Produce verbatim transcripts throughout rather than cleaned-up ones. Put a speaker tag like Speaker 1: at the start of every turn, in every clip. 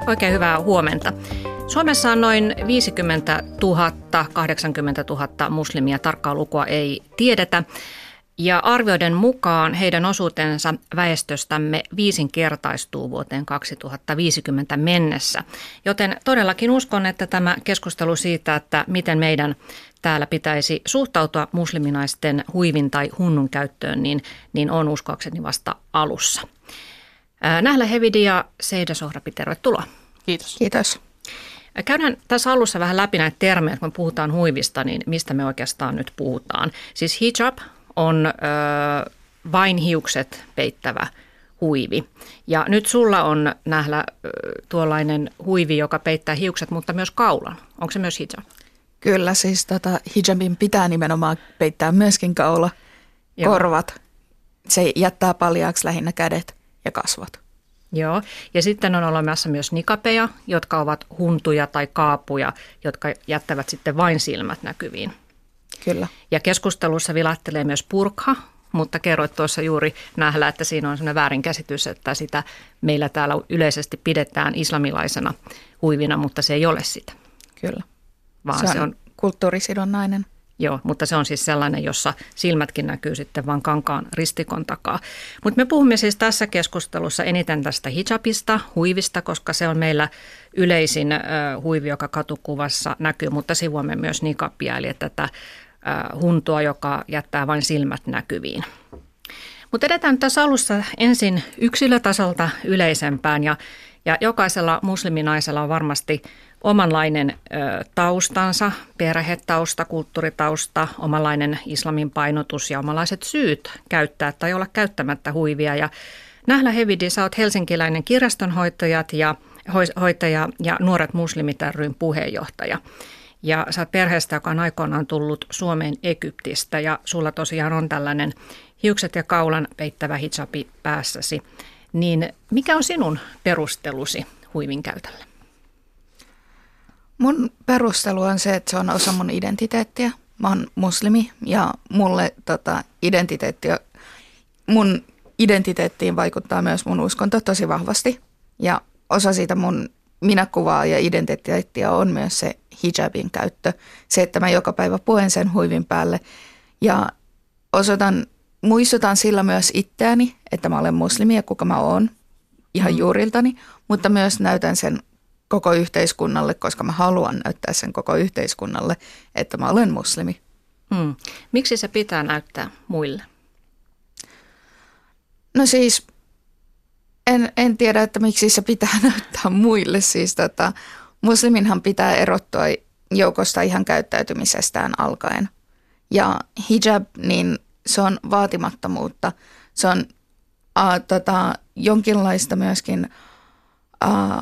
Speaker 1: Oikein hyvää huomenta. Suomessa on noin viisikymmentätuhatta kahdeksankymmentätuhatta muslimia, tarkkaa lukua ei tiedetä. Ja arvioiden mukaan heidän osuutensa väestöstämme viisinkertaistuu vuoteen kaksituhattaviisikymmentä mennessä. Joten todellakin uskon, että tämä keskustelu siitä, että miten meidän täällä pitäisi suhtautua musliminaisten huivin tai hunnun käyttöön, niin, niin on uskoakseni vasta alussa. Nählä Hevidi ja Seida Sohrabi, tervetuloa.
Speaker 2: Kiitos.
Speaker 3: Kiitos.
Speaker 1: Käydään tässä alussa vähän läpi näitä termejä, kun me puhutaan huivista, niin mistä me oikeastaan nyt puhutaan. Siis hijab on ö, vain hiukset peittävä huivi. Ja nyt sulla on Nählä ö, tuollainen huivi, joka peittää hiukset, mutta myös kaulan. Onko se myös hijab?
Speaker 3: Kyllä, siis tota, hijabin pitää nimenomaan peittää myöskin kaula, Joo. korvat. Se jättää paljaaksi lähinnä kädet ja kasvot.
Speaker 1: Joo, ja sitten on olemassa myös nikapeja, jotka ovat huntuja tai kaapuja, jotka jättävät sitten vain silmät näkyviin.
Speaker 3: Kyllä.
Speaker 1: Ja keskustelussa vilahtelee myös burka, mutta kerroit tuossa juuri Nählä, että siinä on sellainen väärinkäsitys, että sitä meillä täällä yleisesti pidetään islamilaisena huivina, mutta se ei ole sitä.
Speaker 3: Kyllä,
Speaker 1: vaan
Speaker 3: se on,
Speaker 1: se on
Speaker 3: kulttuurisidonnainen.
Speaker 1: Joo, mutta se on siis sellainen, jossa silmätkin näkyy sitten vaan kankaan ristikon takaa. Mutta me puhumme siis tässä keskustelussa eniten tästä hijabista, huivista, koska se on meillä yleisin äh, huivi, joka katukuvassa näkyy, mutta sivuamme myös nikabia, eli tätä äh, huntua, joka jättää vain silmät näkyviin. Mutta edetään nyt tässä alussa ensin yksilötasolta yleisempään ja, ja jokaisella musliminaisella on varmasti omanlainen ö, taustansa, perhetausta, kulttuuritausta, omanlainen islamin painotus ja omanlaiset syyt käyttää tai olla käyttämättä huivia. Ja Nählä Hevidi, sä oot helsinkiläinen kirjastonhoitajat ja, hoitaja ja Nuoret muslimit ry:n puheenjohtaja. Ja sä oot perheestä, joka on aikoinaan tullut Suomeen Egyptistä ja sulla tosiaan on tällainen hiukset ja kaulan peittävä hijabi päässäsi. Niin mikä on sinun perustelusi huivin käytölle?
Speaker 3: Mun perustelu on se, että se on osa mun identiteettiä. Mä oon muslimi ja mulle tota, identiteetti, mun identiteettiin vaikuttaa myös mun uskonto tosi vahvasti. Ja osa siitä mun minäkuvaa ja identiteettiä on myös se hijabin käyttö. Se, että mä joka päivä puen sen huivin päälle ja osoitan, muistutan sillä myös itseäni, että mä olen muslimi ja kuka mä oon ihan mm. juuriltani, mutta myös näytän sen koko yhteiskunnalle, koska mä haluan näyttää sen koko yhteiskunnalle, että mä olen muslimi.
Speaker 1: Hmm. Miksi se pitää näyttää muille?
Speaker 3: No siis, en, en tiedä, että miksi se pitää näyttää muille. Siis tota, musliminhan pitää erottua joukosta ihan käyttäytymisestään alkaen. Ja hijab, niin se on vaatimattomuutta. Se on äh, tota, jonkinlaista myöskin äh,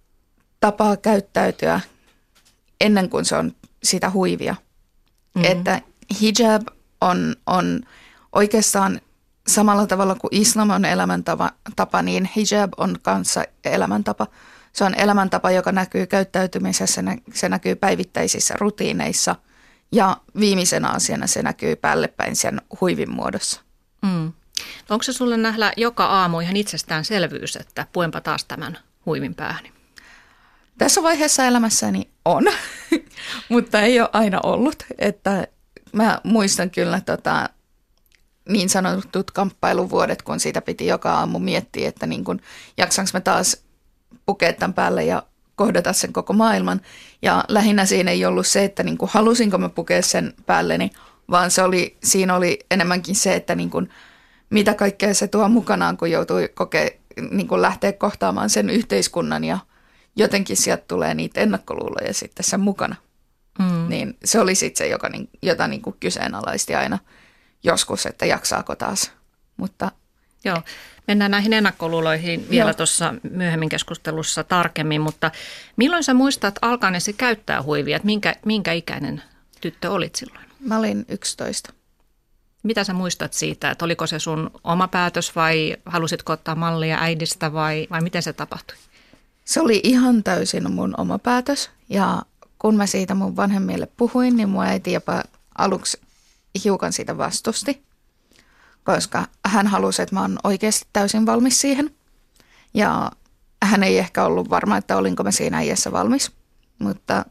Speaker 3: tapaa käyttäytyä ennen kuin se on sitä huivia. Mm-hmm. Että hijab on, on oikeastaan samalla tavalla kuin islam on elämäntapa, tapa, niin hijab on kanssa elämäntapa. Se on elämäntapa, joka näkyy käyttäytymisessä, se näkyy päivittäisissä rutiineissa ja viimeisenä asiana se näkyy päällepäin sen huivin muodossa.
Speaker 1: Mm. Onko se sulle Nählä joka aamu ihan itsestäänselvyys, että puenpa taas tämän huivin päähäni?
Speaker 3: Tässä vaiheessa elämässäni on, mutta ei ole aina ollut. Että mä muistan kyllä tota, niin sanotut kamppailuvuodet, kun siitä piti joka aamu miettiä, että niin kun, jaksanko mä taas pukea tämän päälle ja kohdata sen koko maailman. Ja lähinnä siinä ei ollut se, että niin kun, halusinko mä pukea sen päälleni, vaan se oli, siinä oli enemmänkin se, että niin kun, mitä kaikkea se tuo mukanaan, kun joutui kokea, niin kun lähteä kohtaamaan sen yhteiskunnan ja jotenkin sieltä tulee niitä ennakkoluuloja sitten sen mukana. Mm. Niin se oli sitten se, joka, jota niin kuin kyseenalaisti aina joskus, että jaksaako taas. Mutta
Speaker 1: Joo, mennään näihin ennakkoluuloihin vielä tuossa myöhemmin keskustelussa tarkemmin, mutta milloin sä muistat alkaneesi käyttää huivia? Minkä, minkä ikäinen tyttö olit silloin?
Speaker 3: Mä olin yksitoista.
Speaker 1: Mitä sä muistat siitä, että oliko se sun oma päätös vai halusitko ottaa mallia äidistä vai, vai miten se tapahtui?
Speaker 3: Se oli ihan täysin mun oma päätös ja kun mä siitä mun vanhemmille puhuin, niin mun äiti jopa aluksi hiukan siitä vastusti, koska hän halusi, että mä oon oikeasti täysin valmis siihen. Ja hän ei ehkä ollut varma, että olinko mä siinä iässä valmis, mutta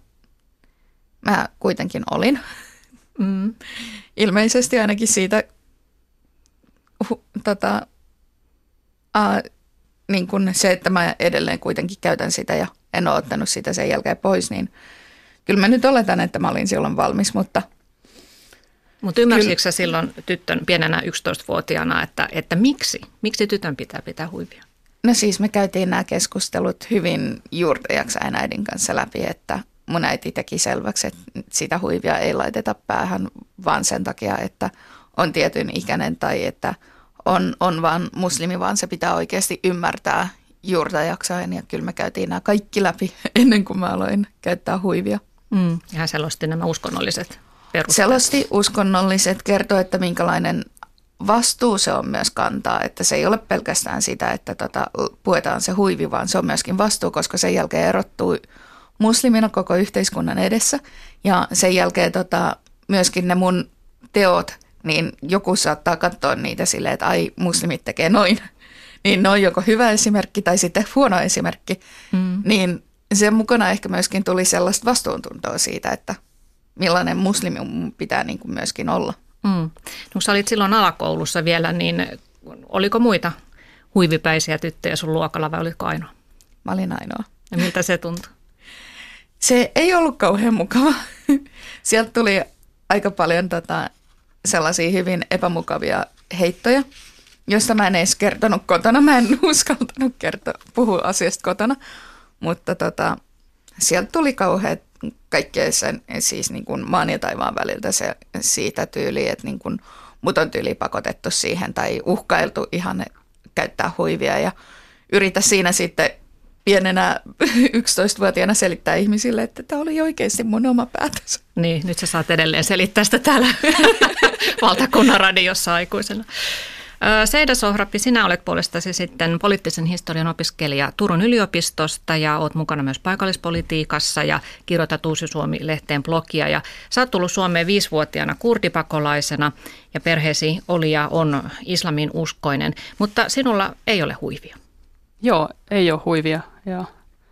Speaker 3: mä kuitenkin olin. Mm. Ilmeisesti ainakin siitä uh, tota, uh, niin kun se, että mä edelleen kuitenkin käytän sitä ja en ole ottanut sitä sen jälkeen pois, niin kyllä mä nyt oletan, että mä olin silloin valmis, mutta...
Speaker 1: Mutta ymmärsitkö sä silloin tyttön pienenä yksitoistavuotiaana, että, että miksi? Miksi tytön pitää pitää huivia?
Speaker 3: No siis me käytiin nämä keskustelut hyvin juurtajaksain äidin kanssa läpi, että mun äiti teki selväksi, että sitä huivia ei laiteta päähän vaan sen takia, että on tietyn ikäinen tai että on, on vaan muslimi, vaan se pitää oikeasti ymmärtää juurtajaksain. Ja kyllä me käytiin nämä kaikki läpi ennen kuin mä aloin käyttää huivia.
Speaker 1: Mm. Ja hän selosti nämä uskonnolliset perusteet.
Speaker 3: Selosti uskonnolliset, kertoi, että minkälainen vastuu se on myös kantaa, että se ei ole pelkästään sitä, että tota, puetaan se huivi, vaan se on myöskin vastuu, koska sen jälkeen erottuu muslimina koko yhteiskunnan edessä ja sen jälkeen tota, myöskin ne mun teot, niin joku saattaa katsoa niitä silleen, että ai muslimit tekee noin, niin ne on joko hyvä esimerkki tai sitten huono esimerkki, mm. niin sen mukana ehkä myöskin tuli sellaista vastuuntuntoa siitä, että millainen muslimi pitää niin kuin myöskin olla.
Speaker 1: Mm. No, kun sä olit silloin alakoulussa vielä, niin oliko muita huivipäisiä tyttöjä sun luokalla vai olitko ainoa?
Speaker 3: Mä olin ainoa.
Speaker 1: Ja miltä se tuntui?
Speaker 3: Se ei ollut kauhean mukava. Sieltä tuli aika paljon tota, sellaisia hyvin epämukavia heittoja, joista mä en edes kertonut kotona. Mä en uskaltanut kertoa, puhua asiasta kotona, mutta tota, sieltä tuli kauheat kaikkea sen, siis niin kuin maan ja taivaan väliltä se, siitä tyyli, että niin kuin mut on tyyli pakotettu siihen tai uhkailtu ihan käyttää huivia ja yritä siinä sitten pienenä yksitoistavuotiaana selittää ihmisille, että tämä oli oikeasti mun oma päätös.
Speaker 1: Niin, nyt sä saat edelleen selittää sitä täällä valtakunnan radiossa aikuisena. Seida Sohrabi, sinä olet puolestasi sitten poliittisen historian opiskelija Turun yliopistosta ja olet mukana myös paikallispolitiikassa ja kirjoitat Uusi Suomi-lehteen blogia. Ja sä oot tullut Suomeen viisivuotiaana kurdipakolaisena ja perheesi oli ja on islamin uskoinen, mutta sinulla ei ole huivia.
Speaker 2: Joo, ei ole huivia ja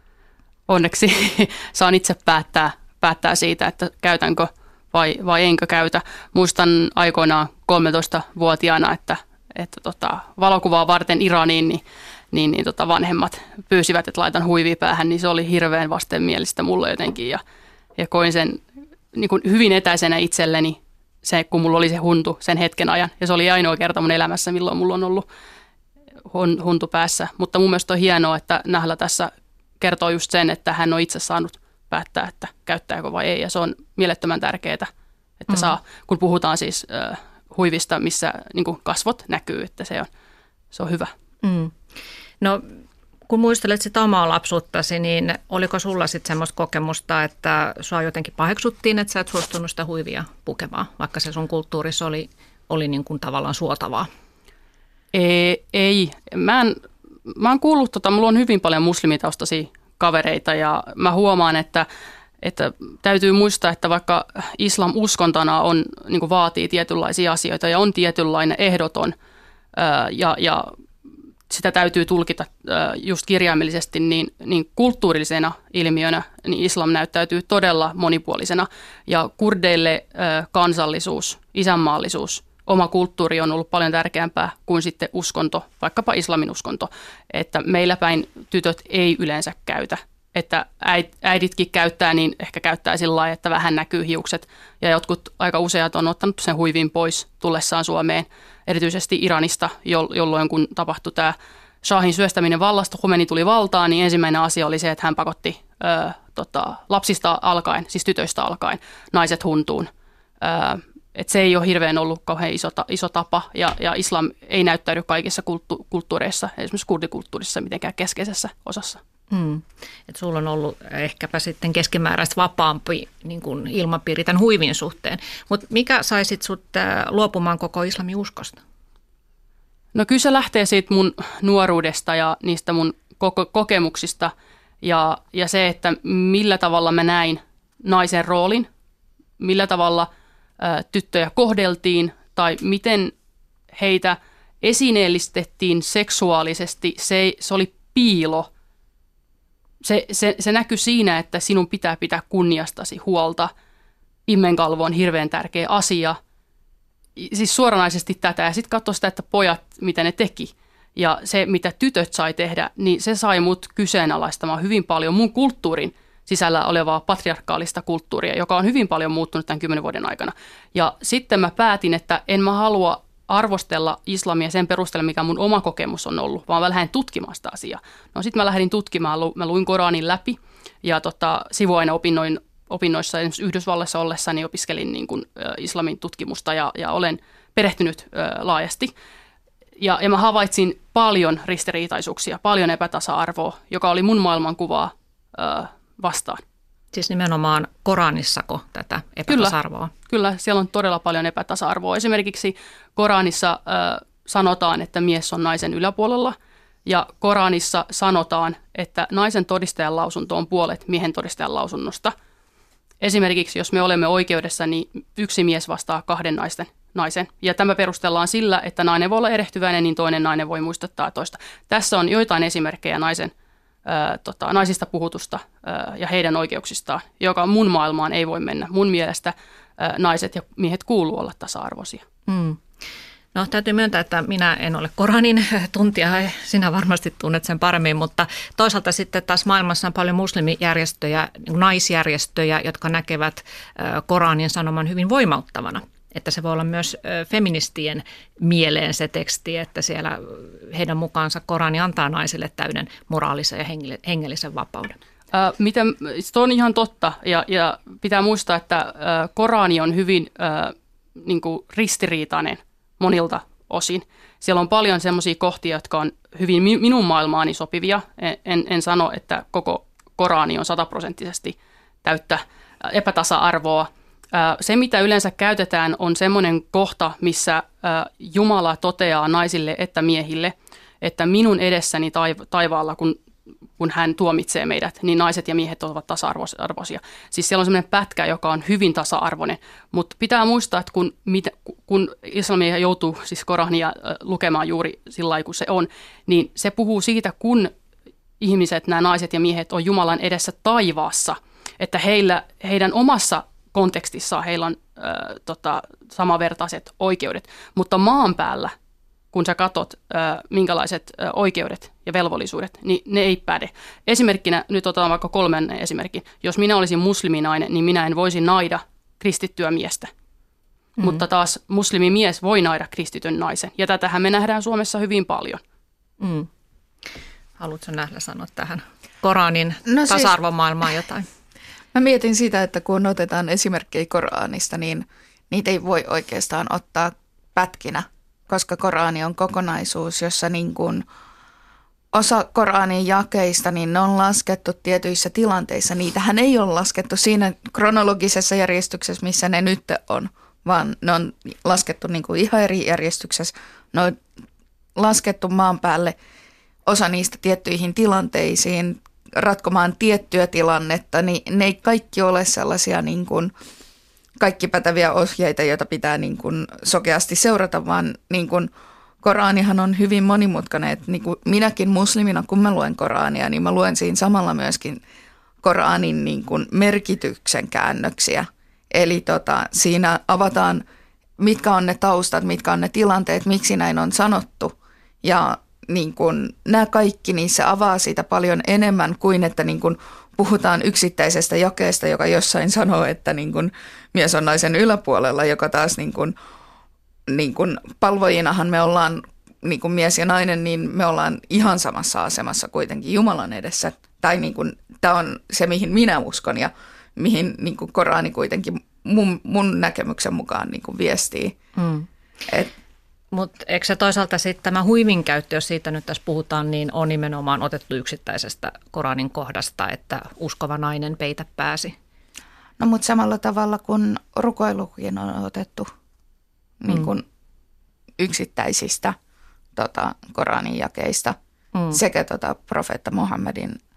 Speaker 2: onneksi saan itse päättää, päättää siitä, että käytänkö vai, vai enkö käytä. Muistan aikoinaan kolmetoistavuotiaana, että että tota, valokuvaa varten Iraniin, niin, niin, niin tota vanhemmat pyysivät, että laitan huivia päähän, niin se oli hirveän vastenmielistä mulle jotenkin. Ja, ja koin sen niin kuin hyvin etäisenä itselleni, se, kun mulla oli se huntu sen hetken ajan. Ja se oli ainoa kerta mun elämässä, milloin mulla on ollut hun, huntu päässä. Mutta mun mielestä on hienoa, että Nahla tässä kertoo just sen, että hän on itse saanut päättää, että käyttääkö vai ei. Ja se on mielettömän tärkeää, että mm. saa, kun puhutaan siis Äh, huivista, missä niin kuin kasvot näkyy, että se on, se on hyvä. Mm.
Speaker 1: No kun muistelet sitä omaa lapsuuttasi, niin oliko sulla sitten semmoista kokemusta, että sua jotenkin paheksuttiin, että sä et suostunut sitä huivia pukemaan, vaikka se sun kulttuurissa oli, oli niin kuin tavallaan suotavaa?
Speaker 2: Ei, ei. Mä, en, mä oon kuullut, tota, mulla on hyvin paljon muslimitaustaisia kavereita ja mä huomaan, että Että täytyy muistaa, että vaikka islam uskontona on, niin kuin vaatii tietynlaisia asioita ja on tietynlainen ehdoton ja, ja sitä täytyy tulkita just kirjaimellisesti, niin, niin kulttuurillisena ilmiönä niin islam näyttäytyy todella monipuolisena. Ja kurdeille kansallisuus, isänmaallisuus, oma kulttuuri on ollut paljon tärkeämpää kuin sitten uskonto, vaikkapa islamin uskonto, että meillä päin tytöt ei yleensä käytä. Että äiditkin käyttää, niin ehkä käyttää sillä lailla, että vähän näkyy hiukset. Ja jotkut aika useat on ottanut sen huivin pois tullessaan Suomeen, erityisesti Iranista, jolloin kun tapahtui tämä Shahin syöstäminen vallasta, Khomeini tuli valtaan, niin ensimmäinen asia oli se, että hän pakotti ö, tota, lapsista alkaen, siis tytöistä alkaen, naiset huntuun. Ö, et se ei ole hirveän ollut kauhean iso, iso tapa, ja, ja islam ei näyttäydy kaikissa kulttu, kulttuureissa, esimerkiksi kurdikulttuurissa mitenkään keskeisessä osassa.
Speaker 1: Mm. Että sulla on ollut ehkäpä sitten keskimääräistä vapaampi niin kuin ilmapiiri tämän huivin suhteen. Mutta mikä saisit sut luopumaan koko islamin uskosta?
Speaker 2: No kyllä se lähtee siitä mun nuoruudesta ja niistä mun koko- kokemuksista ja, ja se, että millä tavalla mä näin naisen roolin, millä tavalla ä, tyttöjä kohdeltiin tai miten heitä esineellistettiin seksuaalisesti. Se, se oli piilo se, se, se näkyy siinä, että sinun pitää pitää kunniastasi huolta. Immenkalvo on hirveän tärkeä asia. Siis suoranaisesti tätä ja sitten katso sitä, että pojat, mitä ne teki. Ja se, mitä tytöt sai tehdä, niin se sai mut kyseenalaistamaan hyvin paljon mun kulttuurin sisällä olevaa patriarkaalista kulttuuria, joka on hyvin paljon muuttunut tämän kymmenen vuoden aikana. Ja sitten mä päätin, että en mä halua arvostella islamia sen perusteella, mikä mun oma kokemus on ollut, vaan mä lähdin tutkimaan sitä asiaa. No sitten mä lähdin tutkimaan, mä luin Koranin läpi ja tota, sivuaineopinnoin opinnoissa esimerkiksi Yhdysvalloissa ollessani opiskelin niin kuin, ä, islamin tutkimusta ja, ja olen perehtynyt ä, laajasti. Ja, ja mä havaitsin paljon ristiriitaisuuksia, paljon epätasa-arvoa, joka oli mun maailmankuvaa ä, vastaan.
Speaker 1: Siis nimenomaan Koranissako tätä epätasa-arvoa?
Speaker 2: Kyllä, kyllä, siellä on todella paljon epätasa-arvoa. Esimerkiksi Koranissa ä, sanotaan, että mies on naisen yläpuolella ja Koranissa sanotaan, että naisen todistajan lausunto on puolet miehen todistajan lausunnosta. Esimerkiksi jos me olemme oikeudessa, niin yksi mies vastaa kahden naisten, naisen. Ja tämä perustellaan sillä, että nainen voi olla erehtyväinen, niin toinen nainen voi muistuttaa toista. Tässä on joitain esimerkkejä naisen, ää, tota, naisista puhutusta ää, ja heidän oikeuksistaan, joka mun maailmaan ei voi mennä. Mun mielestä ää, naiset ja miehet kuuluu olla tasa-arvoisia.
Speaker 1: Hmm. No täytyy myöntää, että minä en ole Koranin tuntija, sinä varmasti tunnet sen paremmin, mutta toisaalta sitten taas maailmassa on paljon muslimijärjestöjä, naisjärjestöjä, jotka näkevät Koranin sanoman hyvin voimauttavana. Että se voi olla myös feministien mieleen se teksti, että siellä heidän mukaansa Korani antaa naisille täyden moraalisen ja hengellisen vapauden.
Speaker 2: Äh, miten, se on ihan totta ja, ja pitää muistaa, että äh, Korani on hyvin äh, niin kuin ristiriitainen monilta osin. Siellä on paljon semmoisia kohtia, jotka on hyvin minun maailmaani sopivia. En, en sano, että koko Korani on sataprosenttisesti täyttä epätasa-arvoa. Se, mitä yleensä käytetään, on semmoinen kohta, missä Jumala toteaa naisille että miehille, että minun edessäni taivaalla, kun, kun hän tuomitsee meidät, niin naiset ja miehet ovat tasa-arvoisia. Siis siellä on semmoinen pätkä, joka on hyvin tasa-arvoinen, mutta pitää muistaa, että kun, kun islamia joutuu siis Korania lukemaan juuri sillä lailla, kun se on, niin se puhuu siitä, kun ihmiset, nämä naiset ja miehet on Jumalan edessä taivaassa, että heillä, heidän omassa kontekstissaan heillä on äh, tota, samanvertaiset oikeudet, mutta maan päällä, kun sä katot, äh, minkälaiset äh, oikeudet ja velvollisuudet, niin ne ei päde. Esimerkkinä, nyt otetaan vaikka kolmen esimerkin. Jos minä olisin musliminainen, niin minä en voisi naida kristittyä miestä. Mm-hmm. Mutta taas muslimimies voi naida kristityn naisen. Ja tätähän me nähdään Suomessa hyvin paljon.
Speaker 1: Mm. Haluatko Nählä sanoa tähän Koranin
Speaker 3: no siis,
Speaker 1: tasa-arvomaailmaan jotain?
Speaker 3: Mä mietin sitä, että kun otetaan esimerkkejä Koranista, niin niitä ei voi oikeastaan ottaa pätkinä, koska Korani on kokonaisuus, jossa niin kuin osa Koranin jakeista, niin ne on laskettu tietyissä tilanteissa. Niitähän ei ole laskettu siinä kronologisessa järjestyksessä, missä ne nyt on, vaan ne on laskettu niin kuin ihan eri järjestyksessä. Ne on laskettu maan päälle osa niistä tiettyihin tilanteisiin, ratkomaan tiettyä tilannetta, niin ne ei kaikki ole sellaisia niin kuin kaikki päteviä ohjeita, joita pitää niin kuin sokeasti seurata, vaan niin kuin Koranihan on hyvin monimutkainen. Että niin kuin minäkin muslimina, kun mä luen Korania, niin mä luen siinä samalla myöskin Koranin niin kuin merkityksen käännöksiä. Eli tota, siinä avataan, mitkä on ne taustat, mitkä on ne tilanteet, miksi näin on sanottu. Ja niin kun, nämä kaikki, niin se avaa siitä paljon enemmän kuin, että niin kun puhutaan yksittäisestä jakeesta, joka jossain sanoo, että niin kun mies on naisen yläpuolella, joka taas niin kun, niin kun palvojinahan me ollaan, niin kun mies ja nainen, niin me ollaan ihan samassa asemassa kuitenkin Jumalan edessä. Tai niin kun, tämä on se, mihin minä uskon ja mihin niin kun Korani kuitenkin mun, mun näkemyksen mukaan niin kun viestii. Mm. Et,
Speaker 1: Mutta eikö se toisaalta sitten tämä huivin käyttö, jos siitä nyt tässä puhutaan, niin on nimenomaan otettu yksittäisestä Koranin kohdasta, että uskova nainen peitä pääsi?
Speaker 3: No mutta samalla tavalla kuin rukoilukin on otettu mm. niin kuin yksittäisistä tota, Koranin jakeista mm. sekä tota, profeetta Muhammedin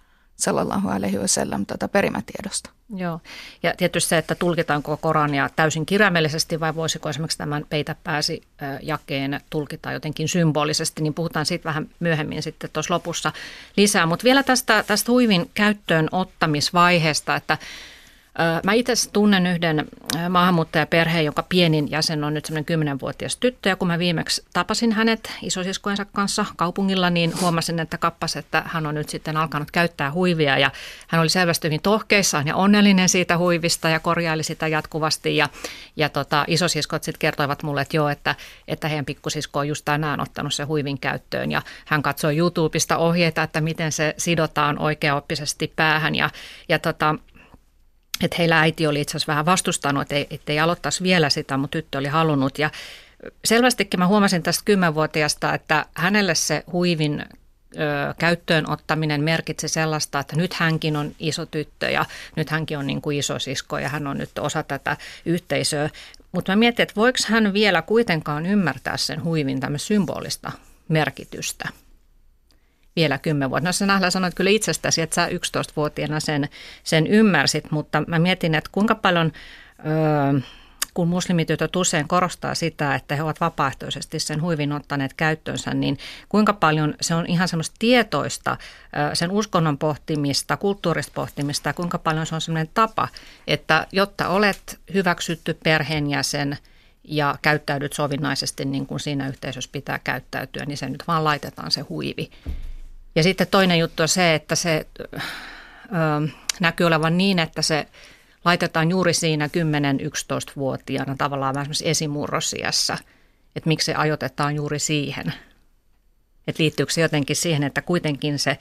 Speaker 3: sallallahu alaihi wasallam tota perimätiedosta.
Speaker 1: Joo, ja tietysti se, että tulkitaanko Korania täysin kirjaimellisesti vai voisiko esimerkiksi tämän peitä pääsi jakeen tulkita jotenkin symbolisesti, niin puhutaan siitä vähän myöhemmin sitten tuossa lopussa lisää. Mutta vielä tästä, tästä huivin käyttöön ottamisvaiheesta, että mä itse tunnen yhden maahanmuuttajaperheen, jonka pienin jäsen on nyt semmoinen kymmenvuotias tyttö. Ja kun mä viimeksi tapasin hänet isosiskojensa kanssa kaupungilla, niin huomasin, että kappas, että hän on nyt sitten alkanut käyttää huivia. Ja hän oli selvästi hyvin tohkeissaan ja onnellinen siitä huivista ja korjaili sitä jatkuvasti. Ja, ja tota, isosiskot sitten kertoivat mulle, että joo, että, että heidän pikkusisko on just tänään ottanut se huivin käyttöön. Ja hän katsoi YouTubesta ohjeita, että miten se sidotaan oikeaoppisesti päähän. Ja, ja tota... Että heillä äiti oli itse asiassa vähän vastustanut, että ei, ettei aloittaisi vielä sitä, mutta tyttö oli halunnut. Ja selvästikin mä huomasin tästä kymmenvuotiaasta, että hänelle se huivin ö, käyttöön ottaminen merkitsi sellaista, että nyt hänkin on iso tyttö ja nyt hänkin on niin kuin isosisko ja hän on nyt osa tätä yhteisöä. Mutta mä mietin, että voiko hän vielä kuitenkaan ymmärtää sen huivin tämmöistä symbolista merkitystä. Vielä kymmenen vuotta. No sä Nählä sanoit kyllä itsestäsi, että sä yksitoistavuotiaana sen, sen ymmärsit, mutta mä mietin, että kuinka paljon, öö, kun muslimitytöt usein korostaa sitä, että he ovat vapaaehtoisesti sen huivin ottaneet käyttöönsä, niin kuinka paljon se on ihan semmoista tietoista, öö, sen uskonnon pohtimista, kulttuurista pohtimista ja kuinka paljon se on semmoinen tapa, että jotta olet hyväksytty perheenjäsen ja käyttäydyt sovinnaisesti niin kuin siinä yhteisössä pitää käyttäytyä, niin se nyt vaan laitetaan se huivi. Ja sitten toinen juttu on se, että se ö, näkyy olevan niin, että se laitetaan juuri siinä kymmenen-yksitoistavuotiaana tavallaan vähän esimurrosiässä, että miksi se ajoitetaan juuri siihen. Että liittyykö se jotenkin siihen, että kuitenkin se ö,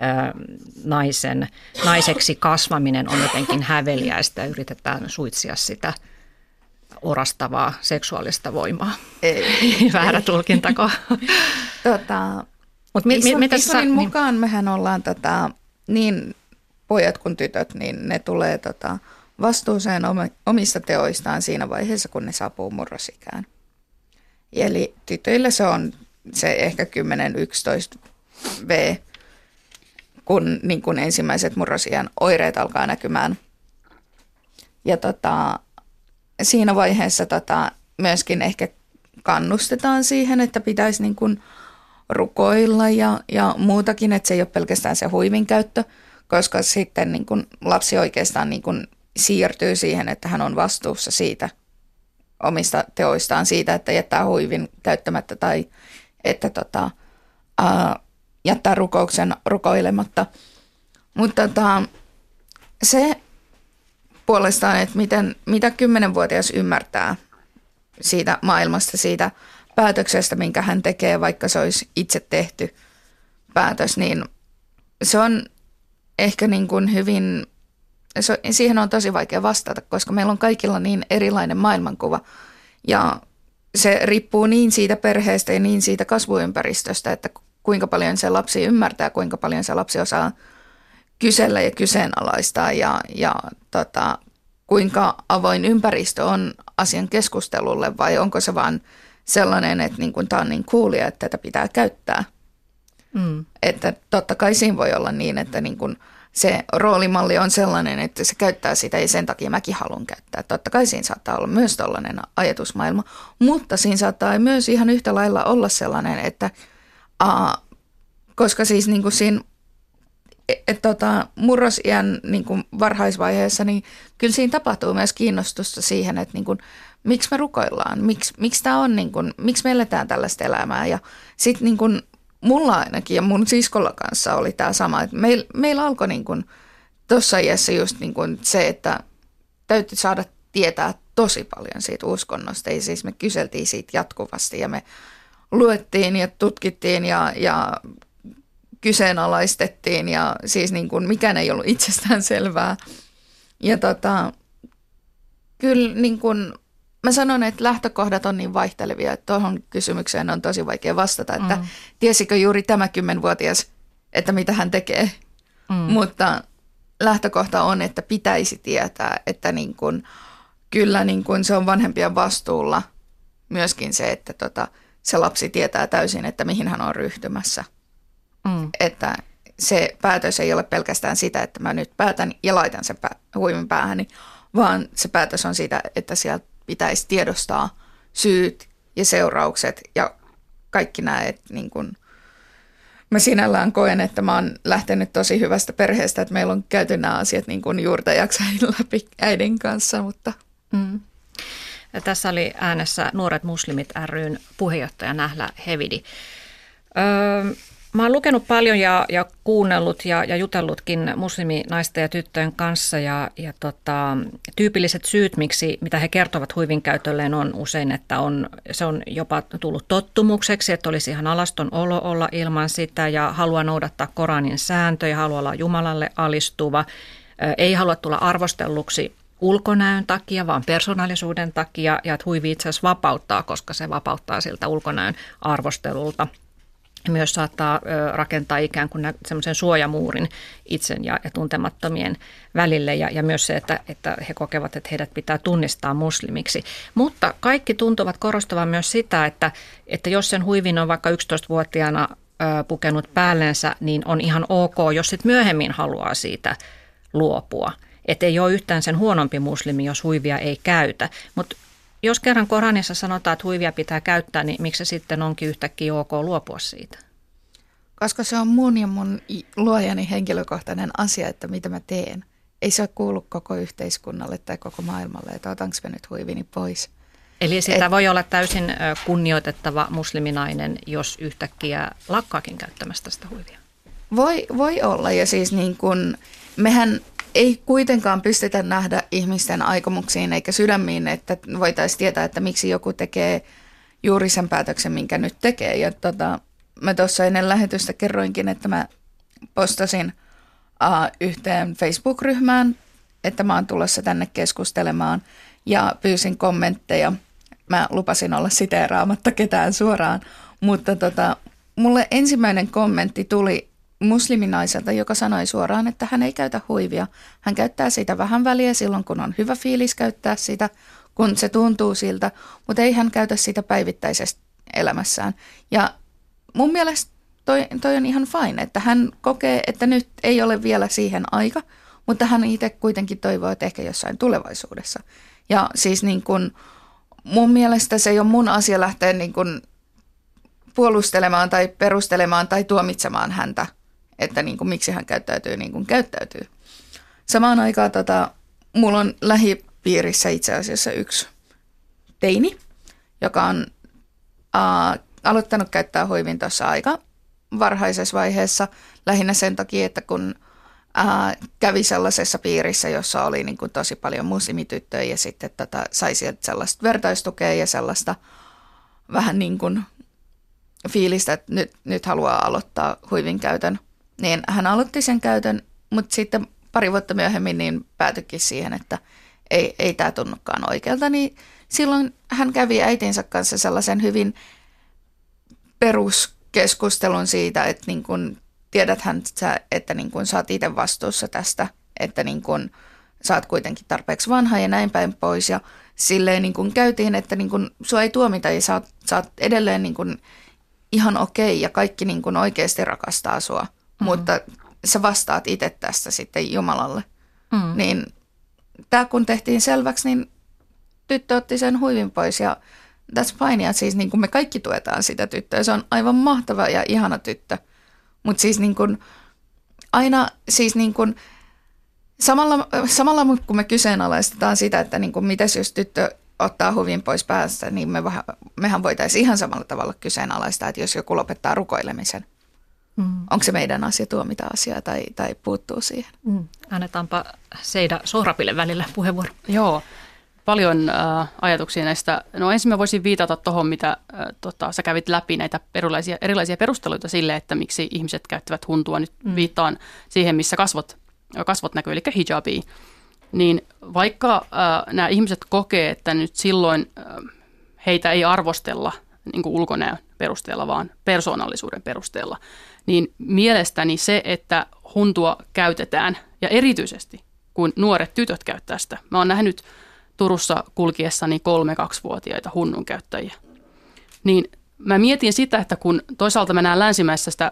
Speaker 1: naisen, naiseksi kasvaminen on jotenkin häveliäistä ja yritetään suitsia sitä orastavaa seksuaalista voimaa.
Speaker 3: Ei.
Speaker 1: Väärä tulkintako?
Speaker 3: Tota...
Speaker 1: Mut mi,
Speaker 3: Islam,
Speaker 1: mi,
Speaker 3: Islamin
Speaker 1: niin,
Speaker 3: mukaan mehän ollaan tota, niin pojat kuin tytöt, niin ne tulee tota, vastuuseen omista teoistaan siinä vaiheessa, kun ne saapuu murrosikään. Eli tytöille se on se ehkä kymmenen yksitoista vuotta, kun, niin kun ensimmäiset murrosiän oireet alkaa näkymään. Ja tota, siinä vaiheessa tota, myöskin ehkä kannustetaan siihen, että pitäisi niin kun rukoilla ja, ja muutakin, että se ei ole pelkästään se huivin käyttö, koska sitten niin kun lapsi oikeastaan niin kun siirtyy siihen, että hän on vastuussa siitä omista teoistaan, siitä, että jättää huivin käyttämättä tai että tota, ää, jättää rukouksen rukoilematta. Mutta tota, se puolestaan, että miten, mitä kymmenvuotias ymmärtää siitä maailmasta, siitä päätöksestä, minkä hän tekee, vaikka se olisi itse tehty päätös, niin se on ehkä niin kuin hyvin, se, siihen on tosi vaikea vastata, koska meillä on kaikilla niin erilainen maailmankuva ja se riippuu niin siitä perheestä ja niin siitä kasvuympäristöstä, että kuinka paljon se lapsi ymmärtää, kuinka paljon se lapsi osaa kysellä ja kyseenalaistaa ja, ja tota, kuinka avoin ympäristö on asian keskustelulle vai onko se vaan sellainen, että niin kuin tämä on niin coolia, että tätä pitää käyttää. Mm. Että totta kai siinä voi olla niin, että niin kuin se roolimalli on sellainen, että se käyttää sitä ja sen takia mäkin haluan käyttää. Totta kai siinä saattaa olla myös tällainen ajatusmaailma, mutta siinä saattaa myös ihan yhtä lailla olla sellainen, että aa, koska siis niin kuin siinä et, tota, murrosiän niin kuin varhaisvaiheessa, niin kyllä siinä tapahtuu myös kiinnostusta siihen, että niin kuin, miksi me rukoillaan, miksi, miksi tämä on, niin kuin, miksi me eletään tällaista elämää. Ja sitten niin kuin mulla ainakin ja mun siskolla kanssa oli tämä sama, että meil, meillä alkoi niin kuin tuossa iässä just niin kuin se, että täytyy saada tietää tosi paljon siitä uskonnosta. Ja siis me kyseltiin siitä jatkuvasti ja me luettiin ja tutkittiin ja, ja kyseenalaistettiin ja siis niin kuin mikään ei ollut itsestään selvää. Ja tota, kyllä niin kuin mä sanon, että lähtökohdat on niin vaihtelevia, että tuohon kysymykseen on tosi vaikea vastata, että mm. tiesikö juuri tämä kymmenvuotias, että mitä hän tekee. Mm. Mutta lähtökohta on, että pitäisi tietää, että niin kun, kyllä niin kun se on vanhempien vastuulla myöskin se, että tota, se lapsi tietää täysin, että mihin hän on ryhtymässä. Mm. Että se päätös ei ole pelkästään sitä, että mä nyt päätän ja laitan sen pää, huivin päähäni, vaan se päätös on siitä, että sieltä pitäisi tiedostaa syyt ja seuraukset ja kaikki nämä, että niin kun mä sinällään koen, että mä oon lähtenyt tosi hyvästä perheestä, että meillä on käyty nämä asiat niin kuin juurta jaksain läpi äidin kanssa, mutta
Speaker 1: mm. Ja tässä oli äänessä Nuoret muslimit ry:n puheenjohtaja Nählä Hevidi. Öö, mä oon lukenut paljon ja, ja kuunnellut ja, ja jutellutkin musliminaisten ja tyttöjen kanssa ja, ja tota, tyypilliset syyt, miksi, mitä he kertovat huivin käytölleen on usein, että on, se on jopa tullut tottumukseksi, että olisi ihan alaston olo olla ilman sitä ja haluaa noudattaa Koranin sääntöjä, haluaa olla Jumalalle alistuva, ei halua tulla arvostelluksi ulkonäön takia, vaan persoonallisuuden takia ja että huivi itse asiassa vapauttaa, koska se vapauttaa siltä ulkonäön arvostelulta. Myös saattaa rakentaa ikään kuin semmoisen suojamuurin itsen ja, ja tuntemattomien välille ja, ja myös se, että, että he kokevat, että heidät pitää tunnistaa muslimiksi. Mutta kaikki tuntuvat korostavan myös sitä, että, että jos sen huivin on vaikka yksitoistavuotiaana ö, pukenut päällensä, niin on ihan ok, jos sitten myöhemmin haluaa siitä luopua. Että ei ole yhtään sen huonompi muslimi, jos huivia ei käytä, mutta jos kerran Koranissa sanotaan, että huivia pitää käyttää, niin miksi se sitten onkin yhtäkkiä ok luopua siitä?
Speaker 3: Koska se on mun ja mun luojani henkilökohtainen asia, että mitä mä teen. Ei se kuulu koko yhteiskunnalle tai koko maailmalle, että otanko mä nyt huivini pois.
Speaker 1: Eli sitä Et, voi olla täysin kunnioitettava musliminainen, jos yhtäkkiä lakkaakin käyttämästä sitä huivia.
Speaker 3: Voi, voi olla ja siis niin kun mehän ei kuitenkaan pystytä nähdä ihmisten aikomuksiin eikä sydämiin, että voitaisiin tietää, että miksi joku tekee juuri sen päätöksen, minkä nyt tekee. Ja tota, mä tuossa ennen lähetystä kerroinkin, että mä postasin uh, yhteen Facebook-ryhmään, että mä oon tulossa tänne keskustelemaan ja pyysin kommentteja. Mä lupasin olla siteeraamatta ketään suoraan, mutta tota, mulle ensimmäinen kommentti tuli musliminaiselta, joka sanoi suoraan, että hän ei käytä huivia. Hän käyttää sitä vähän väliä silloin, kun on hyvä fiilis käyttää sitä, kun se tuntuu siltä, mutta ei hän käytä sitä päivittäisessä elämässään. Ja mun mielestä toi, toi on ihan fine, että hän kokee, että nyt ei ole vielä siihen aika, mutta hän itse kuitenkin toivoo, että ehkä jossain tulevaisuudessa. Ja siis niin kun, mun mielestä se ei ole mun asia lähteä niin kun puolustelemaan tai perustelemaan tai tuomitsemaan häntä, että niin kuin, miksi hän käyttäytyy niin kuin käyttäytyy. Samaan aikaan tota, mulla on lähipiirissä itse asiassa yksi teini, joka on äh, aloittanut käyttää huivin tuossa aika varhaisessa vaiheessa, lähinnä sen takia, että kun äh, kävi sellaisessa piirissä, jossa oli niin kuin tosi paljon muslimityttöjä ja sitten tota, sai sieltä sellaista vertaistukea ja sellaista vähän niin kuin fiilistä, että nyt, nyt haluaa aloittaa huivin käytön, niin hän aloitti sen käytön, mutta sitten pari vuotta myöhemmin niin päätyikin siihen, että ei, ei tämä tunnukaan oikealta, niin silloin hän kävi äitinsä kanssa sellaisen hyvin peruskeskustelun siitä, että niin kun tiedäthän sä, että niin kun sä oot itse vastuussa tästä, että niin kun sä oot kuitenkin tarpeeksi vanha ja näin päin pois, ja silleen niin kun käytiin, että niin kun sua ei tuomita ja sä oot, sä oot edelleen niin kun ihan okei ja kaikki niin kuin oikeasti rakastaa sua, mm-hmm. mutta sä vastaat itse tästä sitten Jumalalle. Mm-hmm. Niin tämä kun tehtiin selväksi, niin tyttö otti sen huivin pois ja that's fine. Ja siis niin kuin me kaikki tuetaan sitä tyttöä. Se on aivan mahtava ja ihana tyttö. Mutta siis niin kuin aina siis niin kuin samalla, samalla kun me kyseenalaistetaan sitä, että niin kuin mitäs jos tyttö ottaa huvin pois päästä, niin me, mehän voitaisiin ihan samalla tavalla kyseenalaistaa, että jos joku lopettaa rukoilemisen. Mm. Onko se meidän asia tuomita asiaa tai, tai puuttuu siihen?
Speaker 1: Mm. Annetaanpa Seida Sohrabille välillä puheenvuoro.
Speaker 2: Joo, paljon äh, ajatuksia näistä. No ensin mä voisin viitata tuohon, mitä äh, tota, sä kävit läpi näitä erilaisia, erilaisia perusteluita sille, että miksi ihmiset käyttävät huntua. Nyt mm. viittaan siihen, missä kasvot, kasvot näkyy, eli hijabia. Niin vaikka äh, nämä ihmiset kokee, että nyt silloin äh, heitä ei arvostella niin kuin ulkonäön perusteella, vaan persoonallisuuden perusteella, niin mielestäni se, että huntua käytetään, ja erityisesti kun nuoret tytöt käyttää sitä. Mä oon nähnyt Turussa kulkiessani kolme kaksivuotiaita hunnun käyttäjiä. Niin mä mietin sitä, että kun toisaalta mä näen länsimäisessä sitä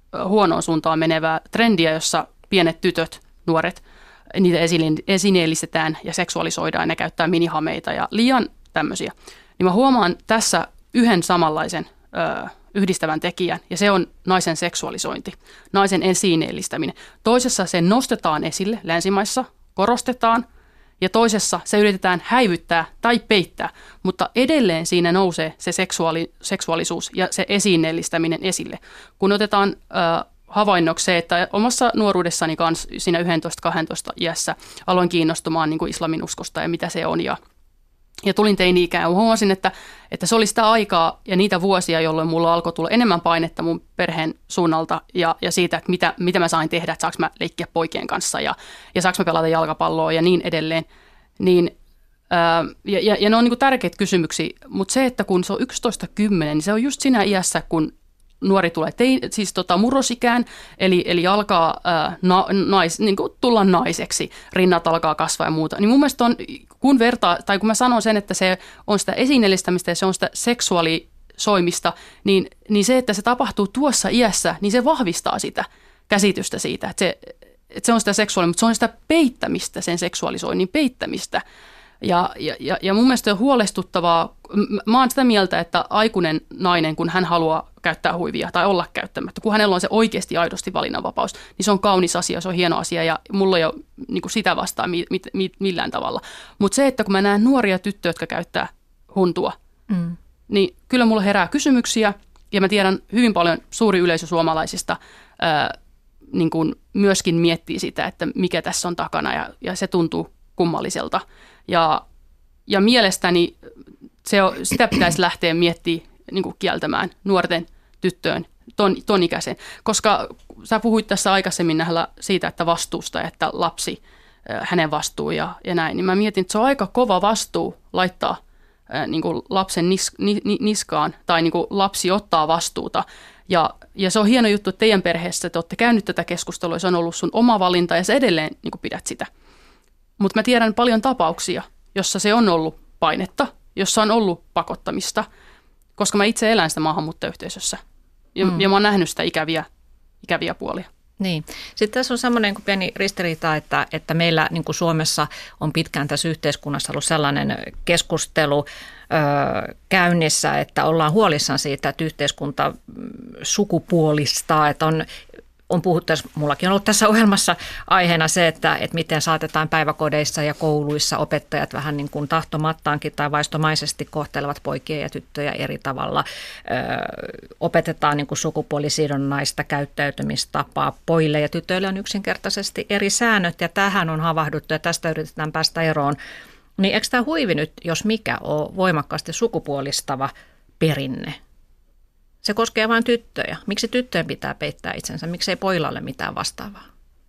Speaker 2: huonoon suuntaan menevää trendiä, jossa pienet tytöt, nuoret, niitä esineellistetään ja seksuaalisoidaan ja ne käyttää minihameita ja liian tämmöisiä. Niin mä huomaan tässä yhden samanlaisen ö, yhdistävän tekijän ja se on naisen seksuaalisointi, naisen esineellistäminen. Toisessa se nostetaan esille länsimaissa, korostetaan ja toisessa se yritetään häivyttää tai peittää, mutta edelleen siinä nousee se seksuaali, seksuaalisuus ja se esineellistäminen esille. Kun otetaan ö, havainnoksi se, että omassa nuoruudessani kanssa siinä yksitoista kaksitoista iässä aloin kiinnostumaan niin kuin islamin uskosta ja mitä se on. Ja, ja tulin teini-ikään ja huomasin, että, että se oli sitä aikaa ja niitä vuosia, jolloin mulla alkoi tulla enemmän painetta mun perheen suunnalta ja, ja siitä, että mitä, mitä mä sain tehdä, että saanko mä leikkiä poikien kanssa ja, ja saanko mä pelata jalkapalloa ja niin edelleen. Niin, ää, ja, ja, ja ne on niin kuin tärkeitä kysymyksiä, mutta se, että kun se on yksitoista kymmenen, niin se on just siinä iässä, kun nuori tulee tein, siis tota murrosikään, eli, eli alkaa ää, na, nais, niin kuin tulla naiseksi, rinnat alkaa kasvaa ja muuta. Niin mun mielestä on, kun vertaa, tai kun mä sanon sen, että se on sitä esineellistämistä ja se on sitä seksuaalisoimista, niin, niin se, että se tapahtuu tuossa iässä, niin se vahvistaa sitä käsitystä siitä, että se, että se on sitä seksuaalia, mutta se on sitä peittämistä, sen seksuaalisoinnin peittämistä. Ja, ja, ja mun mielestä on huolestuttavaa, mä oon sitä mieltä, että aikuinen nainen, kun hän haluaa käyttää huivia tai olla käyttämättä, kun hänellä on se oikeasti aidosti valinnanvapaus, niin se on kaunis asia, se on hieno asia ja mulla ei ole niin kuin sitä vastaan mi, mi, mi, millään tavalla. Mutta se, että kun mä näen nuoria tyttöjä, jotka käyttää huntua, mm. niin kyllä mulla herää kysymyksiä ja mä tiedän hyvin paljon suuri yleisö suomalaisista ää, niin kuin myöskin miettii sitä, että mikä tässä on takana ja, ja se tuntuu kummalliselta. Ja, ja mielestäni se on, sitä pitäisi lähteä miettimään, niin kuin kieltämään nuorten tyttöön, ton, ton ikäisen. Koska sä puhuit tässä aikaisemmin nähdä siitä, että vastuusta, että lapsi, hänen vastuu ja, ja näin. Niin mä mietin, että se on aika kova vastuu laittaa niin kuin lapsen nis, ni, niskaan tai niin kuin lapsi ottaa vastuuta. Ja, ja se on hieno juttu, että teidän perheessä te olette käynyt tätä keskustelua ja se on ollut sun oma valinta ja sä edelleen niin kuin pidät sitä. Mutta mä tiedän paljon tapauksia, jossa se on ollut painetta, jossa on ollut pakottamista, koska mä itse elän sitä maahanmuuttajayhteisössä. Ja, mm. ja mä oon nähnyt sitä ikäviä, ikäviä puolia.
Speaker 1: Niin. Sitten tässä on semmoinen niin pieni ristiriita, että, että meillä niin kuin Suomessa on pitkään tässä yhteiskunnassa ollut sellainen keskustelu ö, käynnissä, että ollaan huolissaan siitä, että yhteiskunta sukupuolistaa, että on On puhuttu, mullakin on ollut tässä ohjelmassa aiheena se, että, että miten saatetaan päiväkodeissa ja kouluissa opettajat vähän niin kuin tahtomattaankin tai vaistomaisesti kohtelevat poikia ja tyttöjä eri tavalla. Ö, opetetaan niin kuin sukupuolisidonnaista käyttäytymistapaa. Pojille ja tytöille on yksinkertaisesti eri säännöt ja tähän on havahduttu ja tästä yritetään päästä eroon. Niin eikö tämä huivi nyt, jos mikä, ole voimakkaasti sukupuolistava perinne? Se koskee vain tyttöjä. Miksi tyttöjen pitää peittää itsensä? Miksi ei pojilla ole mitään vastaavaa?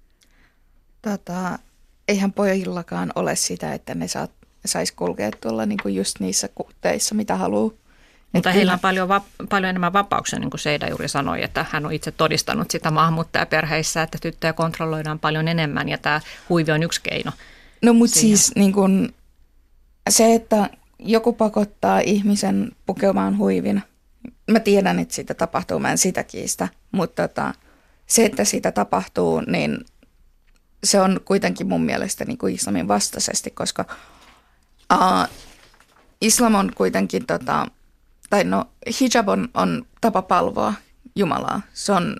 Speaker 3: Tota, eihän pojillakaan ole sitä, että ne saisi kulkea tuolla niin kuin just niissä kuhteissa, mitä haluaa.
Speaker 1: Mutta heillä on paljon, paljon enemmän vapauksia, niin kuin Seida juuri sanoi, että hän on itse todistanut sitä maahanmuuttajaperheissä, että tyttöjä kontrolloidaan paljon enemmän ja tämä huivi on yksi keino.
Speaker 3: No mutta siis niin kuin, se, että joku pakottaa ihmisen pukemaan huivin, mä tiedän, että sitä tapahtuu, mä en sitä kiistä, mutta tota, se, että sitä tapahtuu, niin se on kuitenkin mun mielestä niin kuin islamin vastaisesti, koska uh, islam on kuitenkin, tota, tai no hijab on, on tapa palvoa Jumalaa. Se on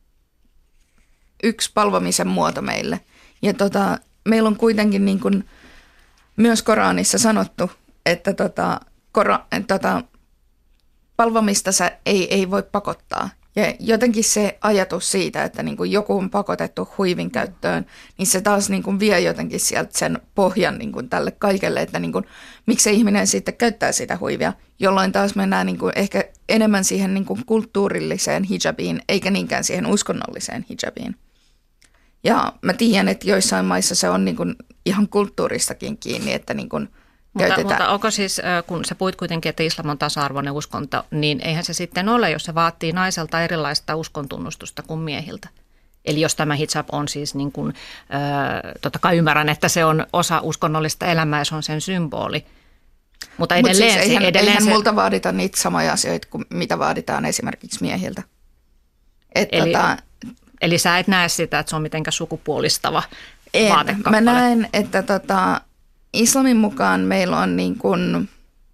Speaker 3: yksi palvomisen muoto meille. Ja tota, meillä on kuitenkin niin kuin myös Koranissa sanottu, että tota, kora, tota, palvomista sä ei, ei voi pakottaa. Ja jotenkin se ajatus siitä, että niin kuin joku on pakotettu huivin käyttöön, niin se taas niin kuin vie jotenkin sieltä sen pohjan niin kuin tälle kaikelle, että niin kuin, miksi se ihminen sitten käyttää sitä huivia, jolloin taas mennään niin kuin ehkä enemmän siihen niin kuin kulttuurilliseen hijabiin, eikä niinkään siihen uskonnolliseen hijabiin. Ja mä tiedän, että joissain maissa se on niin kuin ihan kulttuuristakin kiinni, että niin kuin
Speaker 1: Mutta, mutta onko siis, kun sä puhuit kuitenkin, että islam on tasa-arvoinen uskonto, niin eihän se sitten ole, jos se vaatii naiselta erilaista uskontunnustusta kuin miehiltä. Eli jos tämä hijab on siis niin kuin, äh, totta kai ymmärrän, että se on osa uskonnollista elämää ja se on sen symboli. Mutta edelleen,
Speaker 3: Mut siis eihän,
Speaker 1: edelleen
Speaker 3: eihän
Speaker 1: se
Speaker 3: multa vaadita niitä samoja asioita kuin mitä vaaditaan esimerkiksi miehiltä. Että
Speaker 1: Eli,
Speaker 3: tota,
Speaker 1: Eli sä et näe sitä, että se on mitenkään sukupuolistava
Speaker 3: en.
Speaker 1: vaatekappale.
Speaker 3: Mä näen, että tota, islamin mukaan meillä on, niin kun,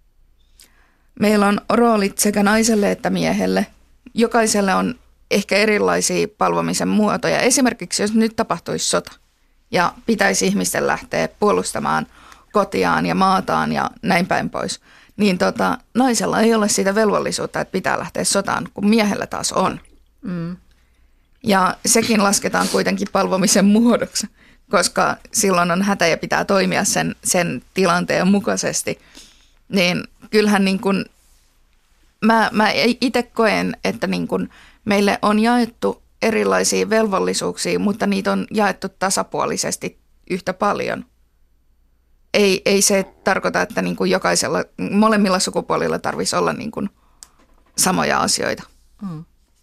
Speaker 3: meillä on roolit sekä naiselle että miehelle. Jokaiselle on ehkä erilaisia palvomisen muotoja. Esimerkiksi jos nyt tapahtuisi sota ja pitäisi ihmisten lähteä puolustamaan kotiaan ja maataan ja näin päin pois, niin tota, naisella ei ole siitä velvollisuutta, että pitää lähteä sotaan, kun miehellä taas on. Mm. Ja sekin lasketaan kuitenkin palvomisen muodoksi, koska silloin on hätä ja pitää toimia sen, sen tilanteen mukaisesti. Niin kyllähän niin kuin, mä, mä itse koen, että niin kuin meille on jaettu erilaisia velvollisuuksia, mutta niitä on jaettu tasapuolisesti yhtä paljon. Ei, ei se tarkoita, että niin kuin jokaisella, molemmilla sukupuolilla tarvitsisi olla niin kuin samoja asioita. Mm.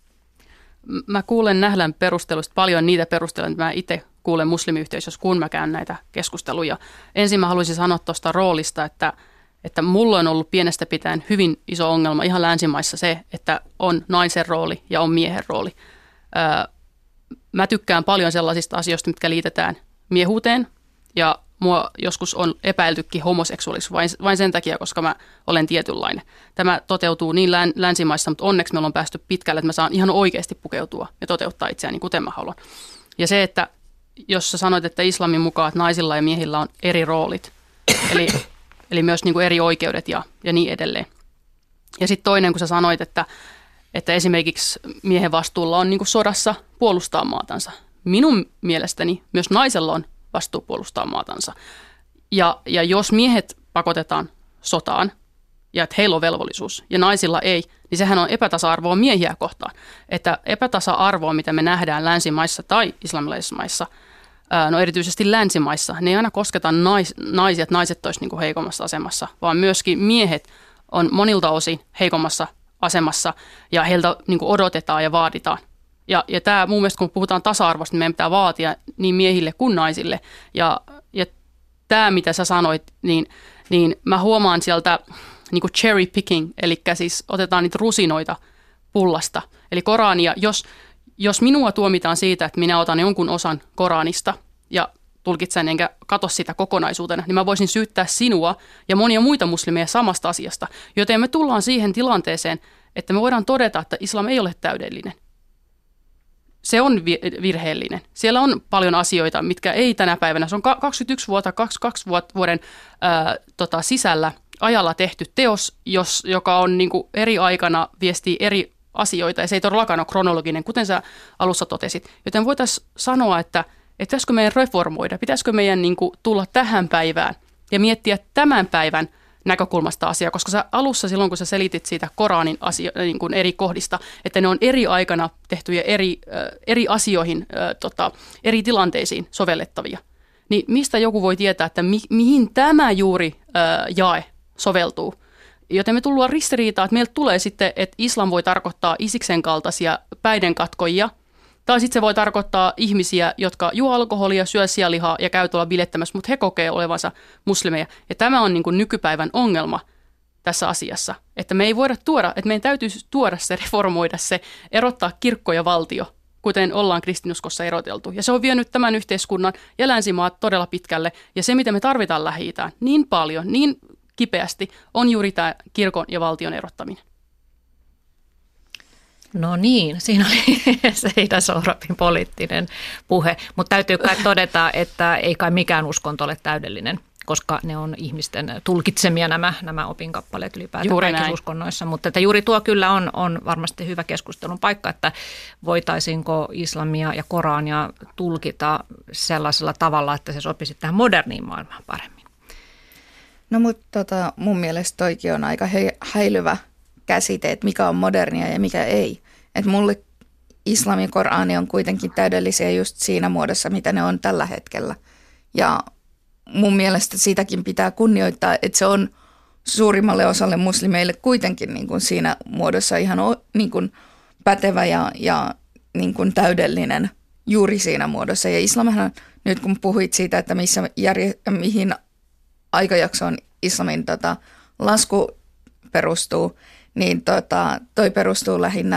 Speaker 2: Mä kuulen Nählän perusteluista paljon niitä perusteluja, että mä itse kuulen muslimiyhteisössä, kun mä käyn näitä keskusteluja. Ensin mä haluaisin sanoa tuosta roolista, että, että mulla on ollut pienestä pitäen hyvin iso ongelma ihan länsimaissa se, että on naisen rooli ja on miehen rooli. Öö, mä tykkään paljon sellaisista asioista, mitkä liitetään miehuuteen ja mua joskus on epäiltykin homoseksuaaliksi vain, vain sen takia, koska mä olen tietynlainen. Tämä toteutuu niin län, länsimaissa, mutta onneksi meillä on päästy pitkälle, että mä saan ihan oikeasti pukeutua ja toteuttaa itseäni kuten mä haluan. Ja se, että jos sä sanoit, että islamin mukaan että naisilla ja miehillä on eri roolit, eli, eli myös niin kuin eri oikeudet ja, ja niin edelleen. Ja sitten toinen, kun sä sanoit, että, että esimerkiksi miehen vastuulla on niin kuin sodassa puolustaa maatansa. Minun mielestäni myös naisella on vastuu puolustaa maatansa. Ja, ja jos miehet pakotetaan sotaan ja että heillä on velvollisuus ja naisilla ei, niin sehän on epätasa-arvoa miehiä kohtaan. Että epätasa-arvoa, mitä me nähdään länsimaissa tai islamilaisissa maissa, ää, no erityisesti länsimaissa, ne ei aina kosketa nais, naisia, että naiset olisivat niin kuin heikommassa asemassa, vaan myöskin miehet on monilta osin heikommassa asemassa ja heiltä niin kuin odotetaan ja vaaditaan. Ja, ja tämä mun mielestä, kun puhutaan tasa-arvosta, niin meidän pitää vaatia niin miehille kuin naisille. Ja, ja tämä, mitä sä sanoit, niin, niin mä huomaan sieltä niin kuin cherry picking, eli siis otetaan niitä rusinoita pullasta. Eli Korania, jos, jos minua tuomitaan siitä, että minä otan jonkun osan Koranista ja tulkitsen enkä katso sitä kokonaisuutena, niin mä voisin syyttää sinua ja monia muita muslimeja samasta asiasta. Joten me tullaan siihen tilanteeseen, että me voidaan todeta, että islam ei ole täydellinen. Se on virheellinen. Siellä on paljon asioita, mitkä ei tänä päivänä. Se on kaksikymmentäyksi vuotta, kaksikymmentäkaksi vuoden ää, tota, sisällä ajalla tehty teos, jos, joka on niin kuin eri aikana viestii eri asioita, ja se ei todellakaan ole kronologinen, kuten sä alussa totesit. Joten voitaisiin sanoa, että, että pitäisikö meidän reformoida, pitäisikö meidän niin kuin tulla tähän päivään ja miettiä tämän päivän näkökulmasta asiaa, koska sä alussa silloin, kun sä selitit siitä Koranin asio, niin kuin eri kohdista, että ne on eri aikana tehtyjä eri, äh, eri asioihin, äh, tota, eri tilanteisiin sovellettavia, niin mistä joku voi tietää, että mi, mihin tämä juuri äh, jae soveltuu. Joten me tullaan ristiriitaa, että meiltä tulee sitten, että islam voi tarkoittaa Isiksen kaltaisia päidenkatkoja, tai sitten se voi tarkoittaa ihmisiä, jotka juo alkoholia, syö sianlihaa ja käy tuolla bilettämässä, mutta he kokee olevansa muslimeja. Ja tämä on niin kuin nykypäivän ongelma tässä asiassa, että me ei voida tuoda, että meidän täytyy tuoda se, reformoida se, erottaa kirkko ja valtio, kuten ollaan kristinuskossa eroteltu. Ja se on vienyt tämän yhteiskunnan ja länsimaat todella pitkälle. Ja se, mitä me tarvitaan Lähi-itään niin paljon, niin kipeästi, on juuri tämä kirkon ja valtion erottaminen.
Speaker 1: No niin, siinä oli Seida Sohrabin poliittinen puhe, mutta täytyy kai todeta, että ei kai mikään uskonto ole täydellinen, koska ne on ihmisten tulkitsemia nämä, nämä opinkappaleet ylipäätään juuri kaikissa näin uskonnoissa. Mutta että juuri tuo kyllä on, on varmasti hyvä keskustelun paikka, että voitaisiinko islamia ja Korania tulkita sellaisella tavalla, että se sopisi tähän moderniin maailmaan paremmin.
Speaker 3: No mutta tota, mun mielestä toikin on aika he, häilyvä käsite, että mikä on modernia ja mikä ei. Että mulle islamin Korani on kuitenkin täydellisiä just siinä muodossa, mitä ne on tällä hetkellä. Ja mun mielestä sitäkin pitää kunnioittaa, että se on suurimmalle osalle muslimeille kuitenkin niin kuin siinä muodossa ihan niin kuin pätevä ja, ja niin kuin täydellinen juuri siinä muodossa. Ja islamhan, nyt kun puhuit siitä, että missä järje, mihin aikajaksoon islamin tota, lasku perustuu, niin tota, toi perustuu lähinnä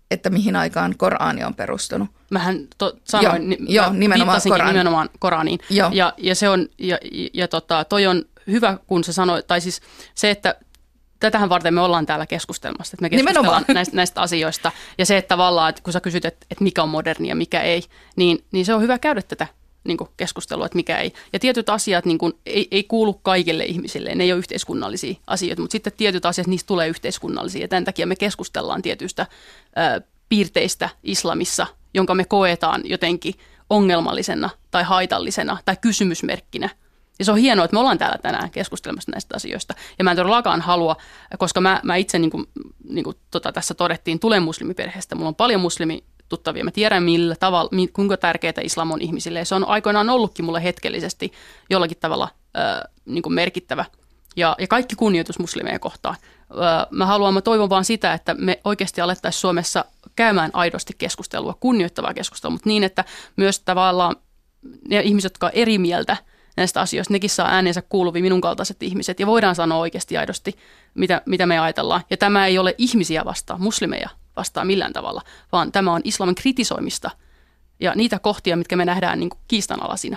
Speaker 3: että mihin aikaan Korani on perustunut.
Speaker 2: Mähän to, sanoin,
Speaker 3: joo, joo, nimenomaan, Korani.
Speaker 2: nimenomaan Koraniin. Ja, ja se on, ja, ja tota, toi on hyvä, kun se sanoi, tai siis se, että tätähän varten me ollaan täällä keskustelmassa, että me keskustellaan näistä, näistä asioista. Ja se, että tavallaan, että kun sä kysyt, että, että mikä on moderni ja mikä ei, niin, niin se on hyvä käydä tätä niin kuin keskustelua, että mikä ei. Ja tietyt asiat niin kuin, ei, ei kuulu kaikille ihmisille, ne ei ole yhteiskunnallisia asioita, mutta sitten tietyt asiat, niistä tulee yhteiskunnallisia. Ja tämän takia me keskustellaan tietyistä ö, piirteistä islamissa, jonka me koetaan jotenkin ongelmallisena tai haitallisena tai kysymysmerkkinä. Ja se on hienoa, että me ollaan täällä tänään keskustelemassa näistä asioista. Ja mä en todellakaan halua, koska mä, mä itse, niin kuin, niin kuin tota, tässä todettiin, tulen muslimiperheestä. Mulla on paljon muslimituttavia. Mä tiedän, millä tavalla, kuinka tärkeää islam on ihmisille. Ja se on aikoinaan ollutkin mulle hetkellisesti jollakin tavalla äh, niin kuin merkittävä. Ja, ja kaikki kunnioitus muslimeja kohtaan. Äh, mä haluan, mä toivon vaan sitä, että me oikeasti alettaisiin Suomessa käymään aidosti keskustelua, kunnioittavaa keskustelua, mutta niin, että myös tavallaan ne ihmiset, jotka on eri mieltä näistä asioista, nekin saa äänensä kuuluviin minun kaltaiset ihmiset ja voidaan sanoa oikeasti aidosti, mitä, mitä me ajatellaan. Ja tämä ei ole ihmisiä vastaan, muslimeja vastaan millään tavalla, vaan tämä on islamin kritisoimista ja niitä kohtia, mitkä me nähdään niin kuin kiistanalaisina.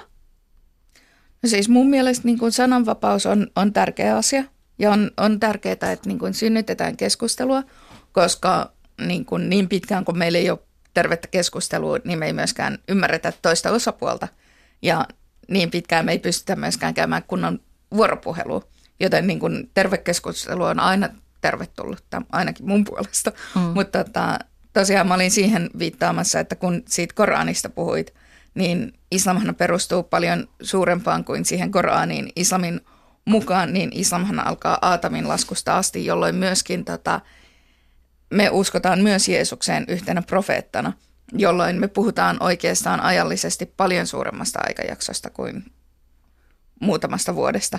Speaker 3: No siis mun mielestä niin kuin sananvapaus on, on tärkeä asia ja on, on tärkeää, että niin kuin synnytetään keskustelua, koska niin, kuin niin pitkään kun meillä ei ole tervettä keskustelua, niin me ei myöskään ymmärretä toista osapuolta ja niin pitkään me ei pystytä myöskään käymään kunnon vuoropuhelua, joten niin kuin terve keskustelu on aina tervetullut, ainakin mun puolesta. Mm. Mutta tota, tosiaan mä olin siihen viittaamassa, että kun siitä Koranista puhuit, niin islamhan perustuu paljon suurempaan kuin siihen Koraniin. Islamin mukaan, niin islamhan alkaa Aatamin laskusta asti, jolloin myöskin tota, me uskotaan myös Jeesukseen yhtenä profeettana, jolloin me puhutaan oikeastaan ajallisesti paljon suuremmasta aikajaksosta kuin muutamasta vuodesta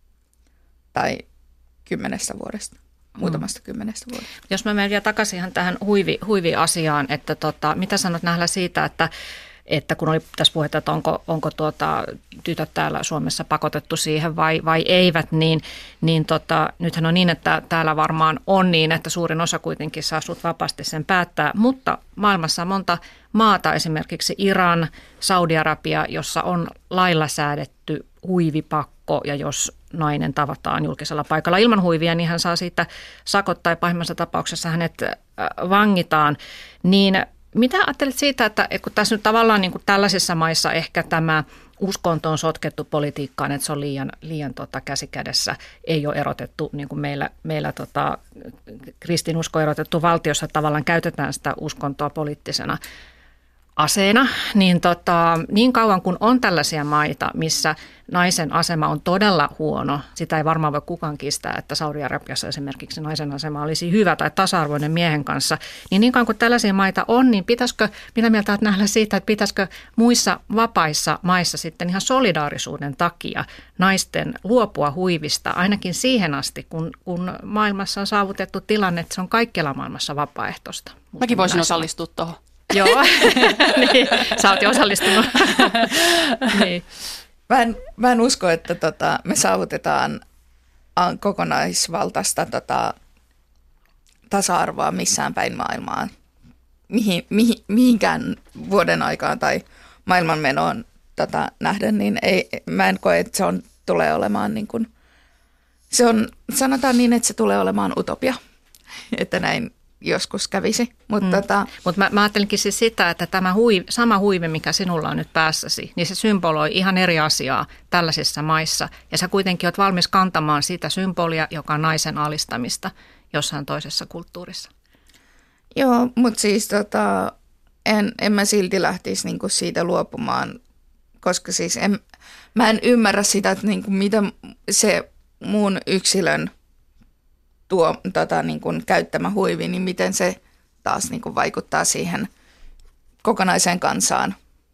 Speaker 3: tai kymmenestä vuodesta, muutamasta kymmenestä vuodesta.
Speaker 1: Jos mä menen vielä takaisin ihan tähän huivi, huivi-asiaan, että tota, mitä sanot nähdä siitä, että että kun oli tässä puhetta, että onko, onko tuota, tytöt täällä Suomessa pakotettu siihen vai, vai eivät, niin, niin tota, nythän on niin, että täällä varmaan on niin, että suurin osa kuitenkin saa sut vapaasti sen päättää, mutta maailmassa on monta maata, esimerkiksi Iran, Saudi-Arabia, jossa on lailla säädetty huivipakko ja jos nainen tavataan julkisella paikalla ilman huivia, niin hän saa siitä sakot tai pahimmassa tapauksessa hänet vangitaan, niin mitä ajattelet siitä, että kun tässä nyt tavallaan niin kuin tällaisissa maissa ehkä tämä uskonto on sotkettu politiikkaan, että se on liian, liian tota, käsikädessä, ei ole erotettu niin kuin meillä, meillä tota, kristinusko erotettu valtiossa, tavallaan käytetään sitä uskontoa poliittisena aseena, niin tota, niin kauan kun on tällaisia maita, missä naisen asema on todella huono, sitä ei varmaan voi kukaan kiistää, että Saudi-Arabiassa esimerkiksi naisen asema olisi hyvä tai tasa-arvoinen miehen kanssa, niin niin kauan kun tällaisia maita on, niin pitäisikö, mitä mieltä olet nähdä siitä, että pitäisikö muissa vapaissa maissa sitten ihan solidaarisuuden takia naisten luopua huivista, ainakin siihen asti, kun, kun maailmassa on saavutettu tilanne, että se on kaikkialla maailmassa vapaaehtoista.
Speaker 2: Mäkin voisin osallistua tuohon.
Speaker 1: Joo, niin, sä oot jo osallistunut. niin.
Speaker 3: Mä en, mä en usko, että tota, me saavutetaan kokonaisvaltaista tota, tasa-arvoa missään päin maailmaa, mihin, mihin, mihinkään vuoden aikaan tai maailmanmenoon tota, nähden, niin ei, mä en koe, että se on, tulee olemaan niin kuin, se on, sanotaan niin, että se tulee olemaan utopia, että näin joskus kävisi. Mutta mm. tota,
Speaker 1: Mut mä, mä ajattelinkin siis sitä, että tämä huivi, sama huivi, mikä sinulla on nyt päässäsi, niin se symboloi ihan eri asiaa tällaisissa maissa. Ja sä kuitenkin oot valmis kantamaan sitä symbolia, joka on naisen alistamista jossain toisessa kulttuurissa.
Speaker 3: Joo, mutta siis tota, en, en mä silti lähtisi niinku siitä luopumaan, koska siis en, mä en ymmärrä sitä, että niinku mitä se muun yksilön tuo tota, niin kuin käyttämä huivi, niin miten se taas niin kuin vaikuttaa siihen kokonaiseen kansaan.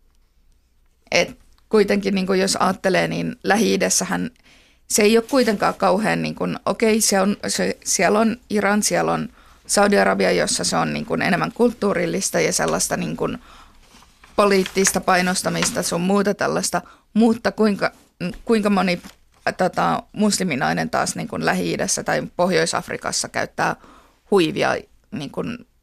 Speaker 3: Et kuitenkin niin kuin jos ajattelee, niin Lähi-idässähän se ei ole kuitenkaan kauhean, niin kuin, okei, se on, se, siellä on Iran, siellä on Saudi-Arabia, jossa se on niin kuin enemmän kulttuurillista ja sellaista niin kuin poliittista painostamista, sun muuta tällaista, mutta kuinka, kuinka moni Tota, musliminainen taas niin kuin Lähi-idässä tai Pohjois-Afrikassa käyttää huivia niin kuin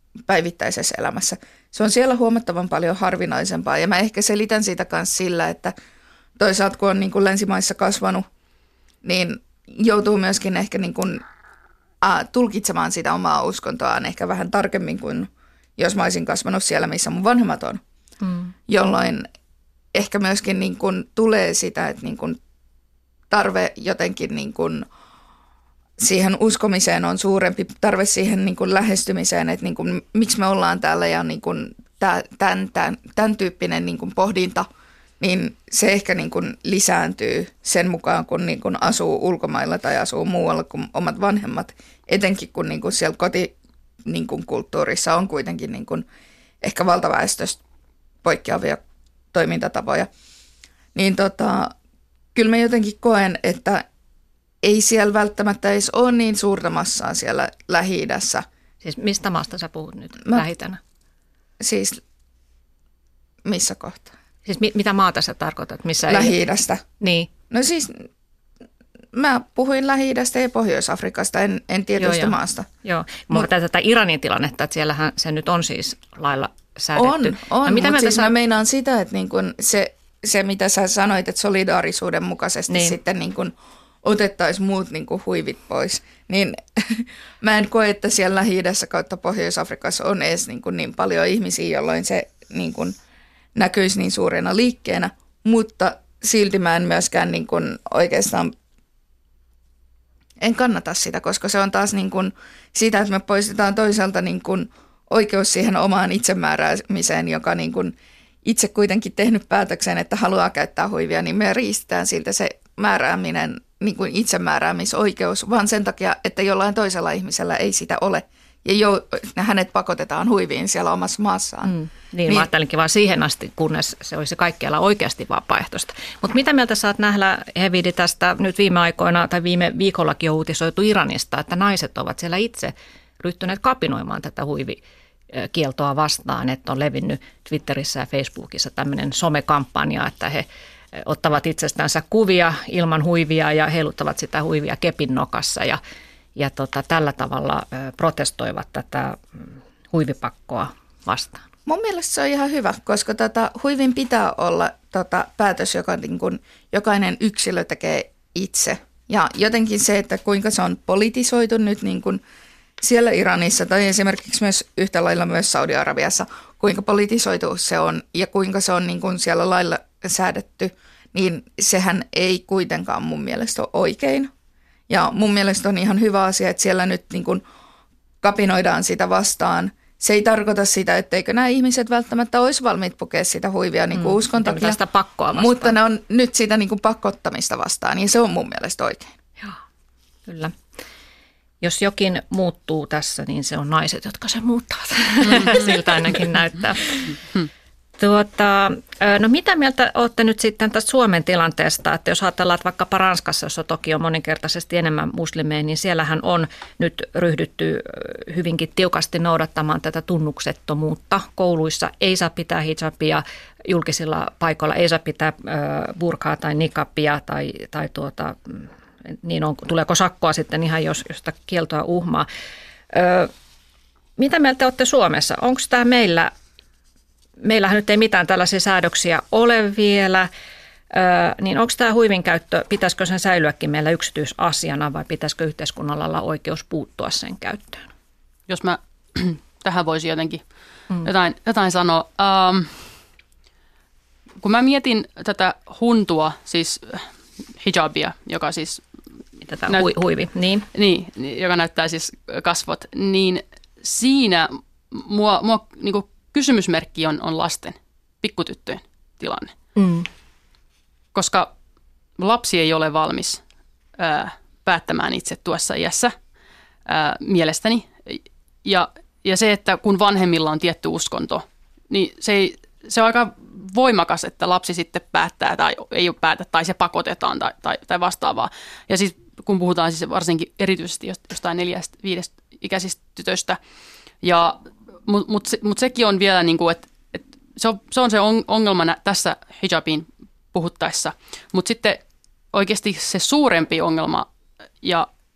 Speaker 3: päivittäisessä elämässä. Se on siellä huomattavan paljon harvinaisempaa ja mä ehkä selitän sitä myös sillä, että toisaalta kun on niin kuin länsimaissa kasvanut, niin joutuu myöskin ehkä niin kuin, äh, tulkitsemaan sitä omaa uskontoaan ehkä vähän tarkemmin kuin jos mä olisin kasvanut siellä, missä mun vanhemmat on. Mm. Jolloin ehkä myöskin niin kuin tulee sitä, että niin kuin tarve jotenkin niin kuin siihen uskomiseen on suurempi, tarve siihen niin kuin lähestymiseen, että niin kuin, miksi me ollaan täällä ja niin kuin tämän, tämän, tämän tyyppinen niin kuin pohdinta, niin se ehkä niin kuin lisääntyy sen mukaan, kun niin kuin asuu ulkomailla tai asuu muualla kuin omat vanhemmat, etenkin kun niin kuin siellä koti niin kuin kulttuurissa on kuitenkin niin kuin ehkä valtaväestöstä poikkeavia toimintatapoja. Niin tota, kyllä mä jotenkin koen, että ei siellä välttämättä edes ole niin suurta massaa siellä Lähi-idässä.
Speaker 1: Siis mistä maasta sä puhut nyt
Speaker 3: mä,
Speaker 1: Lähi-idänä?
Speaker 3: Siis missä kohtaa?
Speaker 1: Siis mi- mitä maata sä tarkoitat? Missä
Speaker 3: Lähi-idästä.
Speaker 1: Ei... Niin.
Speaker 3: No siis mä puhuin Lähi-idästä ja Pohjois-Afrikasta, en, en tietystä
Speaker 1: joo,
Speaker 3: maasta.
Speaker 1: Joo, mutta Mut, tätä Iranin tilannetta, että siellähän se nyt on siis lailla säädetty.
Speaker 3: On, on
Speaker 1: no,
Speaker 3: mutta siis sä... mä meinaan sitä, että niin kun se, se, mitä sä sanoit, että solidaarisuuden mukaisesti niin. sitten niin kun otettaisiin muut niin kuin huivit pois, niin mä en koe, että siellä Lähi-idässä kautta Pohjois-Afrikassa on edes niin, kuin niin paljon ihmisiä, jolloin se niin kuin näkyisi niin suurena liikkeenä, mutta silti mä en myöskään niin kuin oikeastaan, en kannata sitä, koska se on taas niin kuin sitä, että me poistetaan toisaalta niin kuin oikeus siihen omaan itsemääräämiseen, joka niin kuin itse kuitenkin tehnyt päätöksen, että haluaa käyttää huivia, niin me riistetään siltä se määrääminen, niin kuin itsemääräämisoikeus, vaan sen takia, että jollain toisella ihmisellä ei sitä ole. Ja jo, hänet pakotetaan huiviin siellä omassa maassaan. Mm,
Speaker 1: niin, niin, mä ajattelinkin vaan siihen asti, kunnes se olisi kaikkialla oikeasti vapaaehtoista. Mutta mitä mieltä saat nähdä, Hevidi, tästä nyt viime aikoina tai viime viikollakin on uutisoitu Iranista, että naiset ovat siellä itse ryhtyneet kapinoimaan tätä huivikieltoa vastaan, että on levinnyt Twitterissä ja Facebookissa tämmöinen somekampanja, että he ottavat itsestänsä kuvia ilman huivia ja heiluttavat sitä huivia kepin nokassa ja, ja tota, tällä tavalla protestoivat tätä huivipakkoa vastaan.
Speaker 3: Mun mielestä se on ihan hyvä, koska tota, huivin pitää olla tota, päätös, joka niin kun, jokainen yksilö tekee itse. Ja jotenkin se, että kuinka se on politisoitu nyt niin kun siellä Iranissa tai esimerkiksi myös yhtä lailla myös Saudi-Arabiassa, kuinka politisoitu se on ja kuinka se on niin kun siellä lailla säädetty, niin sehän ei kuitenkaan mun mielestä ole oikein. Ja mun mielestä on ihan hyvä asia, että siellä nyt niin kuin kapinoidaan sitä vastaan. Se ei tarkoita sitä, etteikö nämä ihmiset välttämättä olisi valmiit pukea sitä huivia niin kuin mm, uskon takia,
Speaker 1: sitä pakkoa vastaan.
Speaker 3: Mutta ne on nyt sitä niin kuin pakottamista vastaan, ja se on mun mielestä oikein.
Speaker 1: Joo, kyllä. Jos jokin muuttuu tässä, niin se on naiset, jotka se muuttavat. Siltä ainakin näyttää. Tuota, no mitä mieltä olette nyt sitten tästä Suomen tilanteesta, että jos ajatellaan, että vaikkapa Ranskassa, jossa toki on moninkertaisesti enemmän muslimeja, niin siellähän on nyt ryhdytty hyvinkin tiukasti noudattamaan tätä tunnuksettomuutta. Kouluissa ei saa pitää hijabia, julkisilla paikoilla ei saa pitää burkaa tai niqabia tai, tai tuota, niin on, tuleeko sakkoa sitten ihan jos, jos sitä kieltoa uhmaa. Mitä mieltä olette Suomessa? Onko tämä meillä... Meillähän nyt ei mitään tällaisia säädöksiä ole vielä, öö, niin onko tämä huivin käyttö, pitäisikö sen säilyäkin meillä yksityisasiana vai pitäisikö yhteiskunnalla olla oikeus puuttua sen käyttöön?
Speaker 2: Jos mä tähän voisin jotenkin mm. jotain, jotain sanoa. Ähm, kun mä mietin tätä huntua, siis hijabia, joka siis...
Speaker 1: Tätä näyt- hui, huivi, niin.
Speaker 2: Niin, joka näyttää siis kasvot, niin siinä mua... mua niin kuin kysymysmerkki on, on lasten, pikkutyttöjen tilanne, mm. koska lapsi ei ole valmis ää, päättämään itse tuossa iässä ää, mielestäni. Ja, ja se, että kun vanhemmilla on tietty uskonto, niin se, ei, se on aika voimakas, että lapsi sitten päättää tai ei ole päätä tai se pakotetaan tai, tai, tai vastaavaa. Ja siis kun puhutaan siis varsinkin erityisesti jostain neljästä, viidestä ikäisistä tytöistä ja Mutta mut, mut sekin on vielä, niin kuin, että et se, on, se on se ongelma tässä hijabiin puhuttaessa. Mutta sitten oikeasti se suurempi ongelma ja,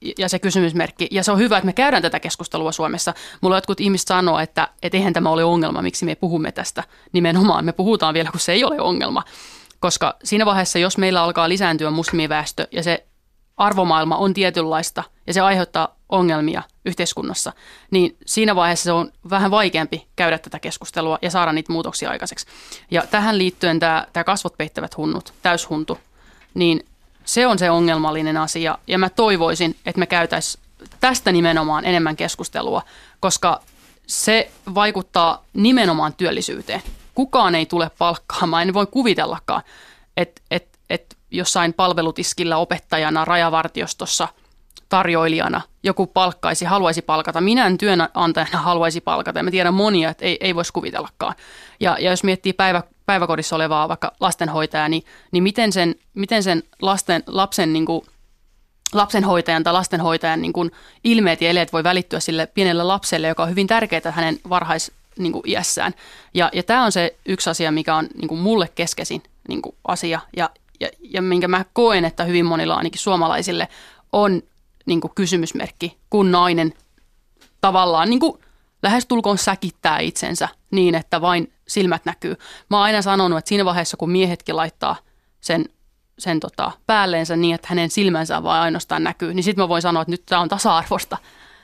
Speaker 2: ja se kysymysmerkki. Ja se on hyvä, että me käydään tätä keskustelua Suomessa. Mulla jotkut ihmiset sanoo, että, että eihän tämä ole ongelma, miksi me puhumme tästä nimenomaan. Me puhutaan vielä, kun se ei ole ongelma. Koska siinä vaiheessa, jos meillä alkaa lisääntyä muslimiväestö ja se arvomaailma on tietynlaista ja se aiheuttaa ongelmia yhteiskunnassa, niin siinä vaiheessa se on vähän vaikeampi käydä tätä keskustelua ja saada niitä muutoksia aikaiseksi. Ja tähän liittyen tämä, tämä kasvot peittävät hunnut, täyshuntu, niin se on se ongelmallinen asia ja mä toivoisin, että me käytäisiin tästä nimenomaan enemmän keskustelua, koska se vaikuttaa nimenomaan työllisyyteen. Kukaan ei tule palkkaamaan, en voi kuvitellakaan, että, että, että jossain palvelutiskillä opettajana, rajavartiostossa, tarjoilijana joku palkkaisi, haluaisi palkata. Minä en työnantajana haluaisi palkata ja mä tiedän monia, että ei, ei voisi kuvitellakaan. Ja, ja jos miettii päivä, päiväkodissa olevaa vaikka lastenhoitajaa, niin, niin miten sen, miten sen lasten, lapsen, niin kuin, lapsenhoitajan tai lastenhoitajan niin kuin ilmeet ja eleet voi välittyä sille pienelle lapselle, joka on hyvin tärkeää hänen varhais niin kuin iässään. Ja, ja tämä on se yksi asia, mikä on niin kuin mulle keskeisin niin kuin asia ja, ja, ja minkä mä koen, että hyvin monilla ainakin suomalaisille on niin kuin kysymysmerkki, kun nainen tavallaan niin kuin lähestulkoon säkittää itsensä niin, että vain silmät näkyy. Mä oon aina sanonut, että siinä vaiheessa, kun miehetkin laittaa sen, sen tota, päälleensä niin, että hänen silmänsä vaan ainoastaan näkyy, niin sitten mä voin sanoa, että nyt tämä on tasa-arvosta.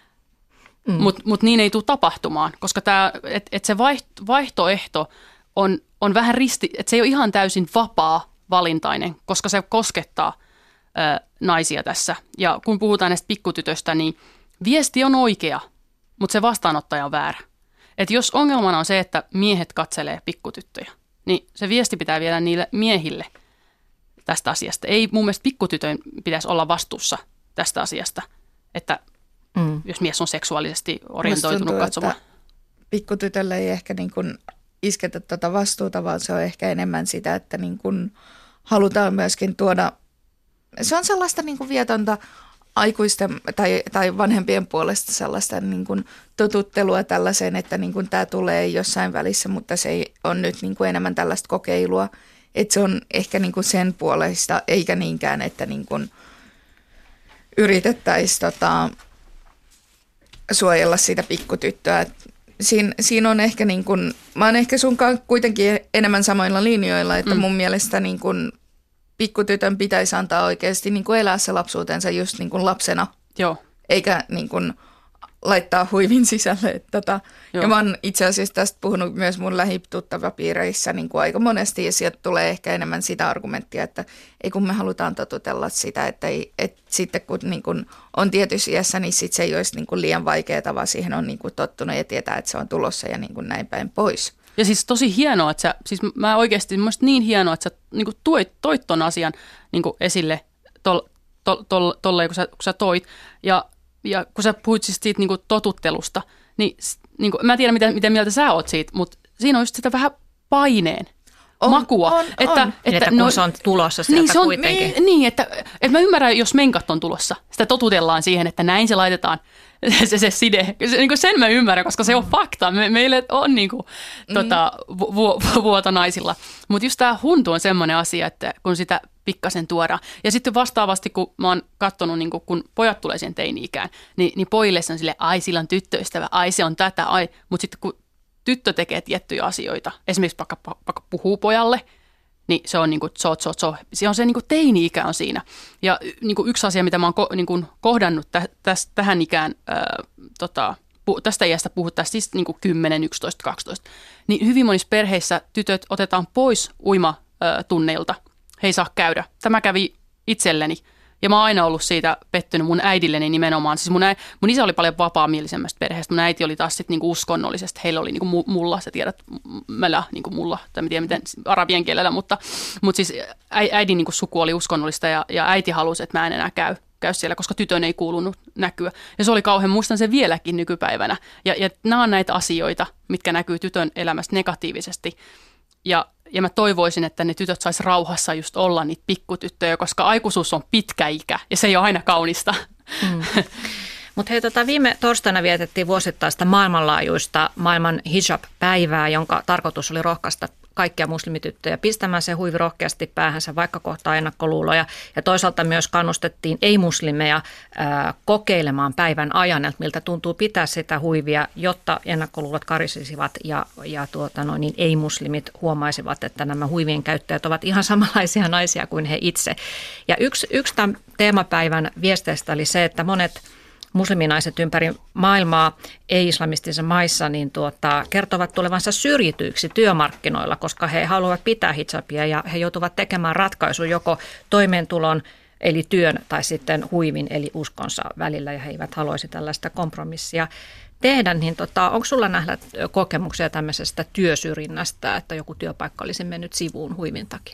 Speaker 2: Mm. Mutta mut niin ei tule tapahtumaan, koska tää, et, et se vaihtoehto on, on vähän risti, että se ei ole ihan täysin vapaa valintainen, koska se koskettaa ö, naisia tässä. Ja kun puhutaan näistä pikkutytöstä, niin viesti on oikea, mutta se vastaanottaja on väärä. Et jos ongelmana on se, että miehet katselee pikkutyttöjä, niin se viesti pitää viedä niille miehille tästä asiasta. Ei mun mielestä pikkutytön pitäisi olla vastuussa tästä asiasta, että Mm. jos mies on seksuaalisesti orientoitunut tuntuu, katsomaan.
Speaker 3: Pikkutytölle ei ehkä niin kuin isketä tuota vastuuta, vaan se on ehkä enemmän sitä, että niin kuin halutaan myöskin tuoda, se on sellaista niin kuin vietonta aikuisten tai, tai vanhempien puolesta sellaista niin kuin totuttelua tällaiseen, että niin kuin tämä tulee jossain välissä, mutta se ei on nyt niin kuin enemmän tällaista kokeilua, että se on ehkä niin kuin sen puolesta, eikä niinkään, että niin kuin yritettäisiin tota, suojella sitä pikkutyttöä. Siin, siinä on ehkä niin kuin, mä oon ehkä sunkaan kuitenkin enemmän samoilla linjoilla, että mm. mun mielestä niin kuin pikkutytön pitäisi antaa oikeasti niin kuin elää se lapsuutensa just niin kuin lapsena.
Speaker 2: Joo.
Speaker 3: Eikä niin kuin laittaa huivin sisälle. Tota. Ja mä oon itse asiassa tästä puhunut myös mun lähituttavapiireissä niin kuin aika monesti, ja sieltä tulee ehkä enemmän sitä argumenttia, että ei kun me halutaan totutella sitä, että, ei, että sitten kun niin kuin on tietyssä iässä, niin sit se ei olisi niin kuin liian vaikeaa, vaan siihen on niin kuin tottunut ja tietää, että se on tulossa ja niin kuin näin päin pois.
Speaker 2: Ja siis tosi hienoa, että sä, siis mä oikeasti, musta niin hienoa, että sä niin kuin toit, toit ton asian niin kuin esille tol, tol, tol, tolleen, kun sä, kun sä toit. Ja, ja kun sä puhuit siis siitä niin kuin totuttelusta, niin, niin kuin, mä en tiedä, miten, miten mieltä sä oot siitä, mutta siinä on just sitä vähän paineen on, makua.
Speaker 3: On,
Speaker 2: että,
Speaker 3: on.
Speaker 1: Että, että kun no, se on tulossa sieltä
Speaker 2: niin se on,
Speaker 1: kuitenkin.
Speaker 2: Niin, niin että, että mä ymmärrän, jos menkat on tulossa. Sitä totutellaan siihen, että näin se laitetaan. Se, se side, se, niin kuin sen mä ymmärrän, koska se on fakta. Me, meille on niin kuin, mm. tota, vu, vu, vuoto naisilla. Mutta just tämä huntu on semmoinen asia, että kun sitä pikkasen tuodaan. Ja sitten vastaavasti, kun mä oon katsonut, niin kun pojat tulee siihen teini-ikään, niin, niin pojille se on silleen, ai sillä on tyttöystävä, ai se on tätä, ai. Mutta sitten kun tyttö tekee tiettyjä asioita, esimerkiksi vaikka, vaikka puhuu pojalle, niin se on niin kuin tso, tso, tso. Se on se niin kuin teini-ikä on siinä. Ja niin kuin yksi asia, mitä mä oon ko, niin kuin kohdannut tä, täs, tähän ikään, ää, tota, pu, tästä iästä puhuttaessa, siis niin kuin kymmenen, yksitoista, kaksitoista, niin hyvin monissa perheissä tytöt otetaan pois uimatunneilta. He ei saa käydä. Tämä kävi itselleni. Ja mä oon aina ollut siitä pettynyt mun äidilleni nimenomaan. Siis mun, äi, mun isä oli paljon vapaamielisemmästä perheestä. Mun äiti oli taas sitten niinku uskonnollisesti. Heillä oli niinku mulla, sä tiedät, mälä, niinku mulla, tai en tiedä miten arabian kielellä, mutta, mutta siis äidin niinku suku oli uskonnollista ja, ja äiti halusi, että mä en enää käy, käy siellä, koska tytön ei kuulunut näkyä. Ja se oli kauhean, muistan sen vieläkin nykypäivänä. Ja, ja nämä on näitä asioita, mitkä näkyy tytön elämästä negatiivisesti. Ja Ja mä toivoisin, että ne tytöt sais rauhassa just olla niitä pikkutyttöjä, koska aikuisuus on pitkä ikä ja se ei ole aina kaunista. Mm.
Speaker 1: Mutta hei, tota, viime torstaina vietettiin vuosittaista maailmanlaajuista maailman hijab-päivää, jonka tarkoitus oli rohkaista kaikkia muslimityttöjä pistämään se huivi rohkeasti päähänsä, vaikka kohtaa ennakkoluuloja. Ja toisaalta myös kannustettiin ei-muslimeja ää, kokeilemaan päivän ajan, että miltä tuntuu pitää sitä huivia, jotta ennakkoluulot karisisivat ja, ja tuota, no, niin ei-muslimit huomaisivat, että nämä huivien käyttäjät ovat ihan samanlaisia naisia kuin he itse. Ja yksi, yksi tämän teemapäivän viesteistä oli se, että monet musliminaiset ympäri maailmaa ei-islamistisissa maissa niin tuota, kertovat tulevansa syrjityiksi työmarkkinoilla, koska he haluavat pitää hijabia ja he joutuvat tekemään ratkaisun joko toimeentulon eli työn tai sitten huivin eli uskonsa välillä ja he eivät haluaisi tällaista kompromissia tehdä. Niin tota, onko sulla nähdä kokemuksia tämmöisestä työsyrjinnästä, että joku työpaikka olisi mennyt sivuun huivin takia?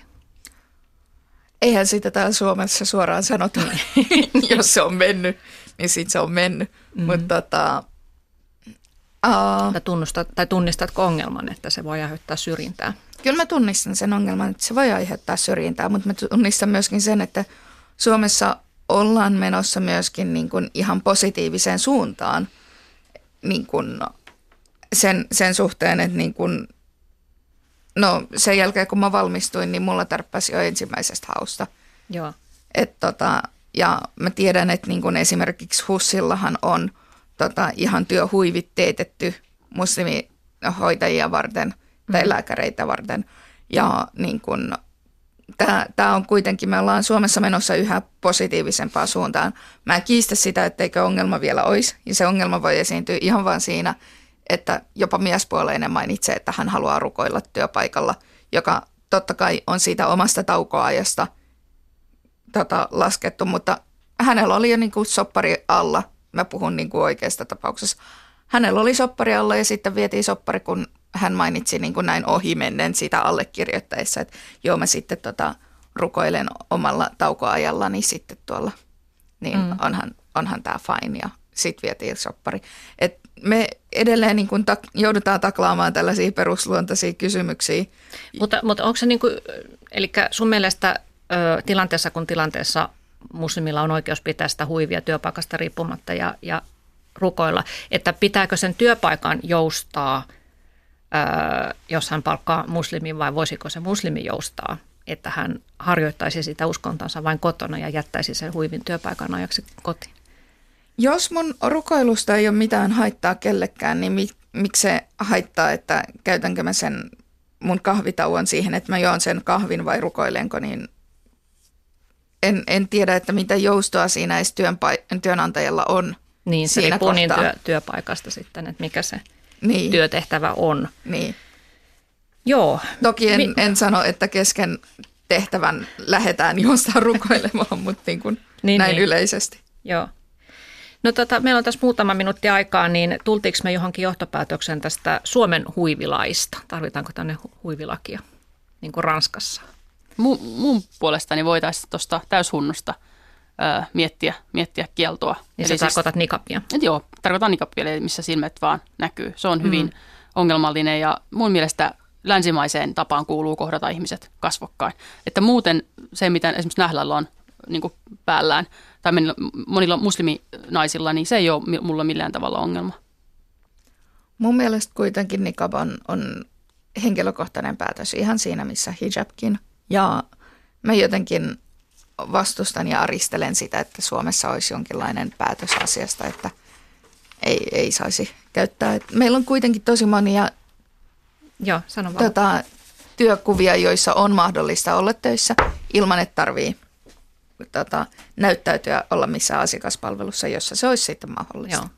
Speaker 3: Eihän sitä täällä Suomessa suoraan sanota, jos se on mennyt, niin sitten se on mennyt. Mm-hmm. Mutta tota, uh,
Speaker 1: tunnustat, tai tunnistatko ongelman, että se voi aiheuttaa syrjintää?
Speaker 3: Kyllä mä tunnistan sen ongelman, että se voi aiheuttaa syrjintää, mutta mä tunnistan myöskin sen, että Suomessa ollaan menossa myöskin niin kuin ihan positiiviseen suuntaan niin kuin sen, sen suhteen, että niin kuin no sen jälkeen, kun mä valmistuin, niin mulla tärppäsi jo ensimmäisestä hausta.
Speaker 1: Joo.
Speaker 3: Et tota, ja mä tiedän, että niin kun esimerkiksi HUSillahan on tota, ihan työhuivit teetetty muslimihoitajia varten tai mm-hmm. lääkäreitä varten. Ja niin kun, tämä on kuitenkin, me ollaan Suomessa menossa yhä positiivisempaan suuntaan. Mä en kiistä sitä, etteikö ongelma vielä olisi. Ja se ongelma voi esiintyä ihan vaan siinä, että jopa miespuoleinen mainitsee, että hän haluaa rukoilla työpaikalla, joka totta kai on siitä omasta taukoajasta tota, laskettu, mutta hänellä oli jo niin kuin soppari alla, mä puhun niin kuin oikeasta tapauksessa, hänellä oli soppari alla ja sitten vietiin soppari, kun hän mainitsi niin kuin näin ohimennen sitä allekirjoittaessa, että joo mä sitten tota, rukoilen omalla taukoajallani sitten tuolla, niin mm. onhan, onhan tämä fine ja sitten vietiin soppari. Et me edelleen niin kun ta- joudutaan taklaamaan tällaisia perusluontaisia kysymyksiä.
Speaker 1: Mutta, mutta onko se niin kuin, eli sun mielestä ö, tilanteessa kun tilanteessa muslimilla on oikeus pitää sitä huivia työpaikasta riippumatta ja, ja rukoilla, että pitääkö sen työpaikan joustaa, ö, jos hän palkkaa muslimin vai voisiko se muslimi joustaa, että hän harjoittaisi sitä uskontonsa vain kotona ja jättäisi sen huivin työpaikan ajaksi kotiin?
Speaker 3: Jos mun rukoilusta ei ole mitään haittaa kellekään, niin mik, miksi se haittaa, että käytänkö mä sen mun kahvitauon siihen, että mä joon sen kahvin vai rukoilenko, niin en, en tiedä, että mitä joustoa siinä edes työnpa- työnantajalla on.
Speaker 1: Niin, se riippuu niin työ, työpaikasta sitten, että mikä se niin. työtehtävä on.
Speaker 3: Niin.
Speaker 1: Joo.
Speaker 3: Toki en, Mi- en sano, että kesken tehtävän lähdetään jostain rukoilemaan, mutta niin kuin niin, näin niin. yleisesti.
Speaker 1: Joo. No tota, meillä on tässä muutama minuutti aikaa, niin tultiinko me johonkin johtopäätöksen tästä Suomen huivilaista? Tarvitaanko tänne huivilakia, niin kuin Ranskassa?
Speaker 2: Mun, mun puolestani voitaisiin tuosta täyshunnosta ö, miettiä, miettiä kieltoa.
Speaker 1: Niin sä tarkoitat siis, nikapia?
Speaker 2: Et joo, tarkoitan nikapia, missä silmät vaan näkyy. Se on hyvin mm. ongelmallinen ja mun mielestä länsimaiseen tapaan kuuluu kohdata ihmiset kasvokkain. Että muuten se, mitä esimerkiksi Nählällä on niin kuin päällään, tai monilla musliminaisilla, niin se ei ole mulla millään tavalla ongelma.
Speaker 3: Mun mielestä kuitenkin niqab on, on henkilökohtainen päätös ihan siinä, missä hijabkin. Ja mä jotenkin vastustan ja aristelen sitä, että Suomessa olisi jonkinlainen päätös asiasta, että ei, ei saisi käyttää. Et meillä on kuitenkin tosi monia
Speaker 1: Joo, sano vaan.
Speaker 3: Tota, työkuvia, joissa on mahdollista olla töissä ilman, että tarvii Tota, näyttäytyä olla missään asiakaspalvelussa, jossa se olisi sitten mahdollista.
Speaker 1: Joo.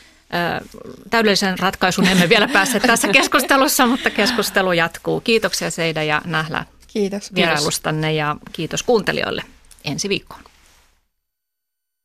Speaker 1: Täydellisen ratkaisun emme vielä päässeet tässä keskustelussa, mutta keskustelu jatkuu. Kiitoksia Seida ja Nählä
Speaker 3: kiitos.
Speaker 1: vierailustanne ja kiitos kuuntelijoille ensi viikkoon.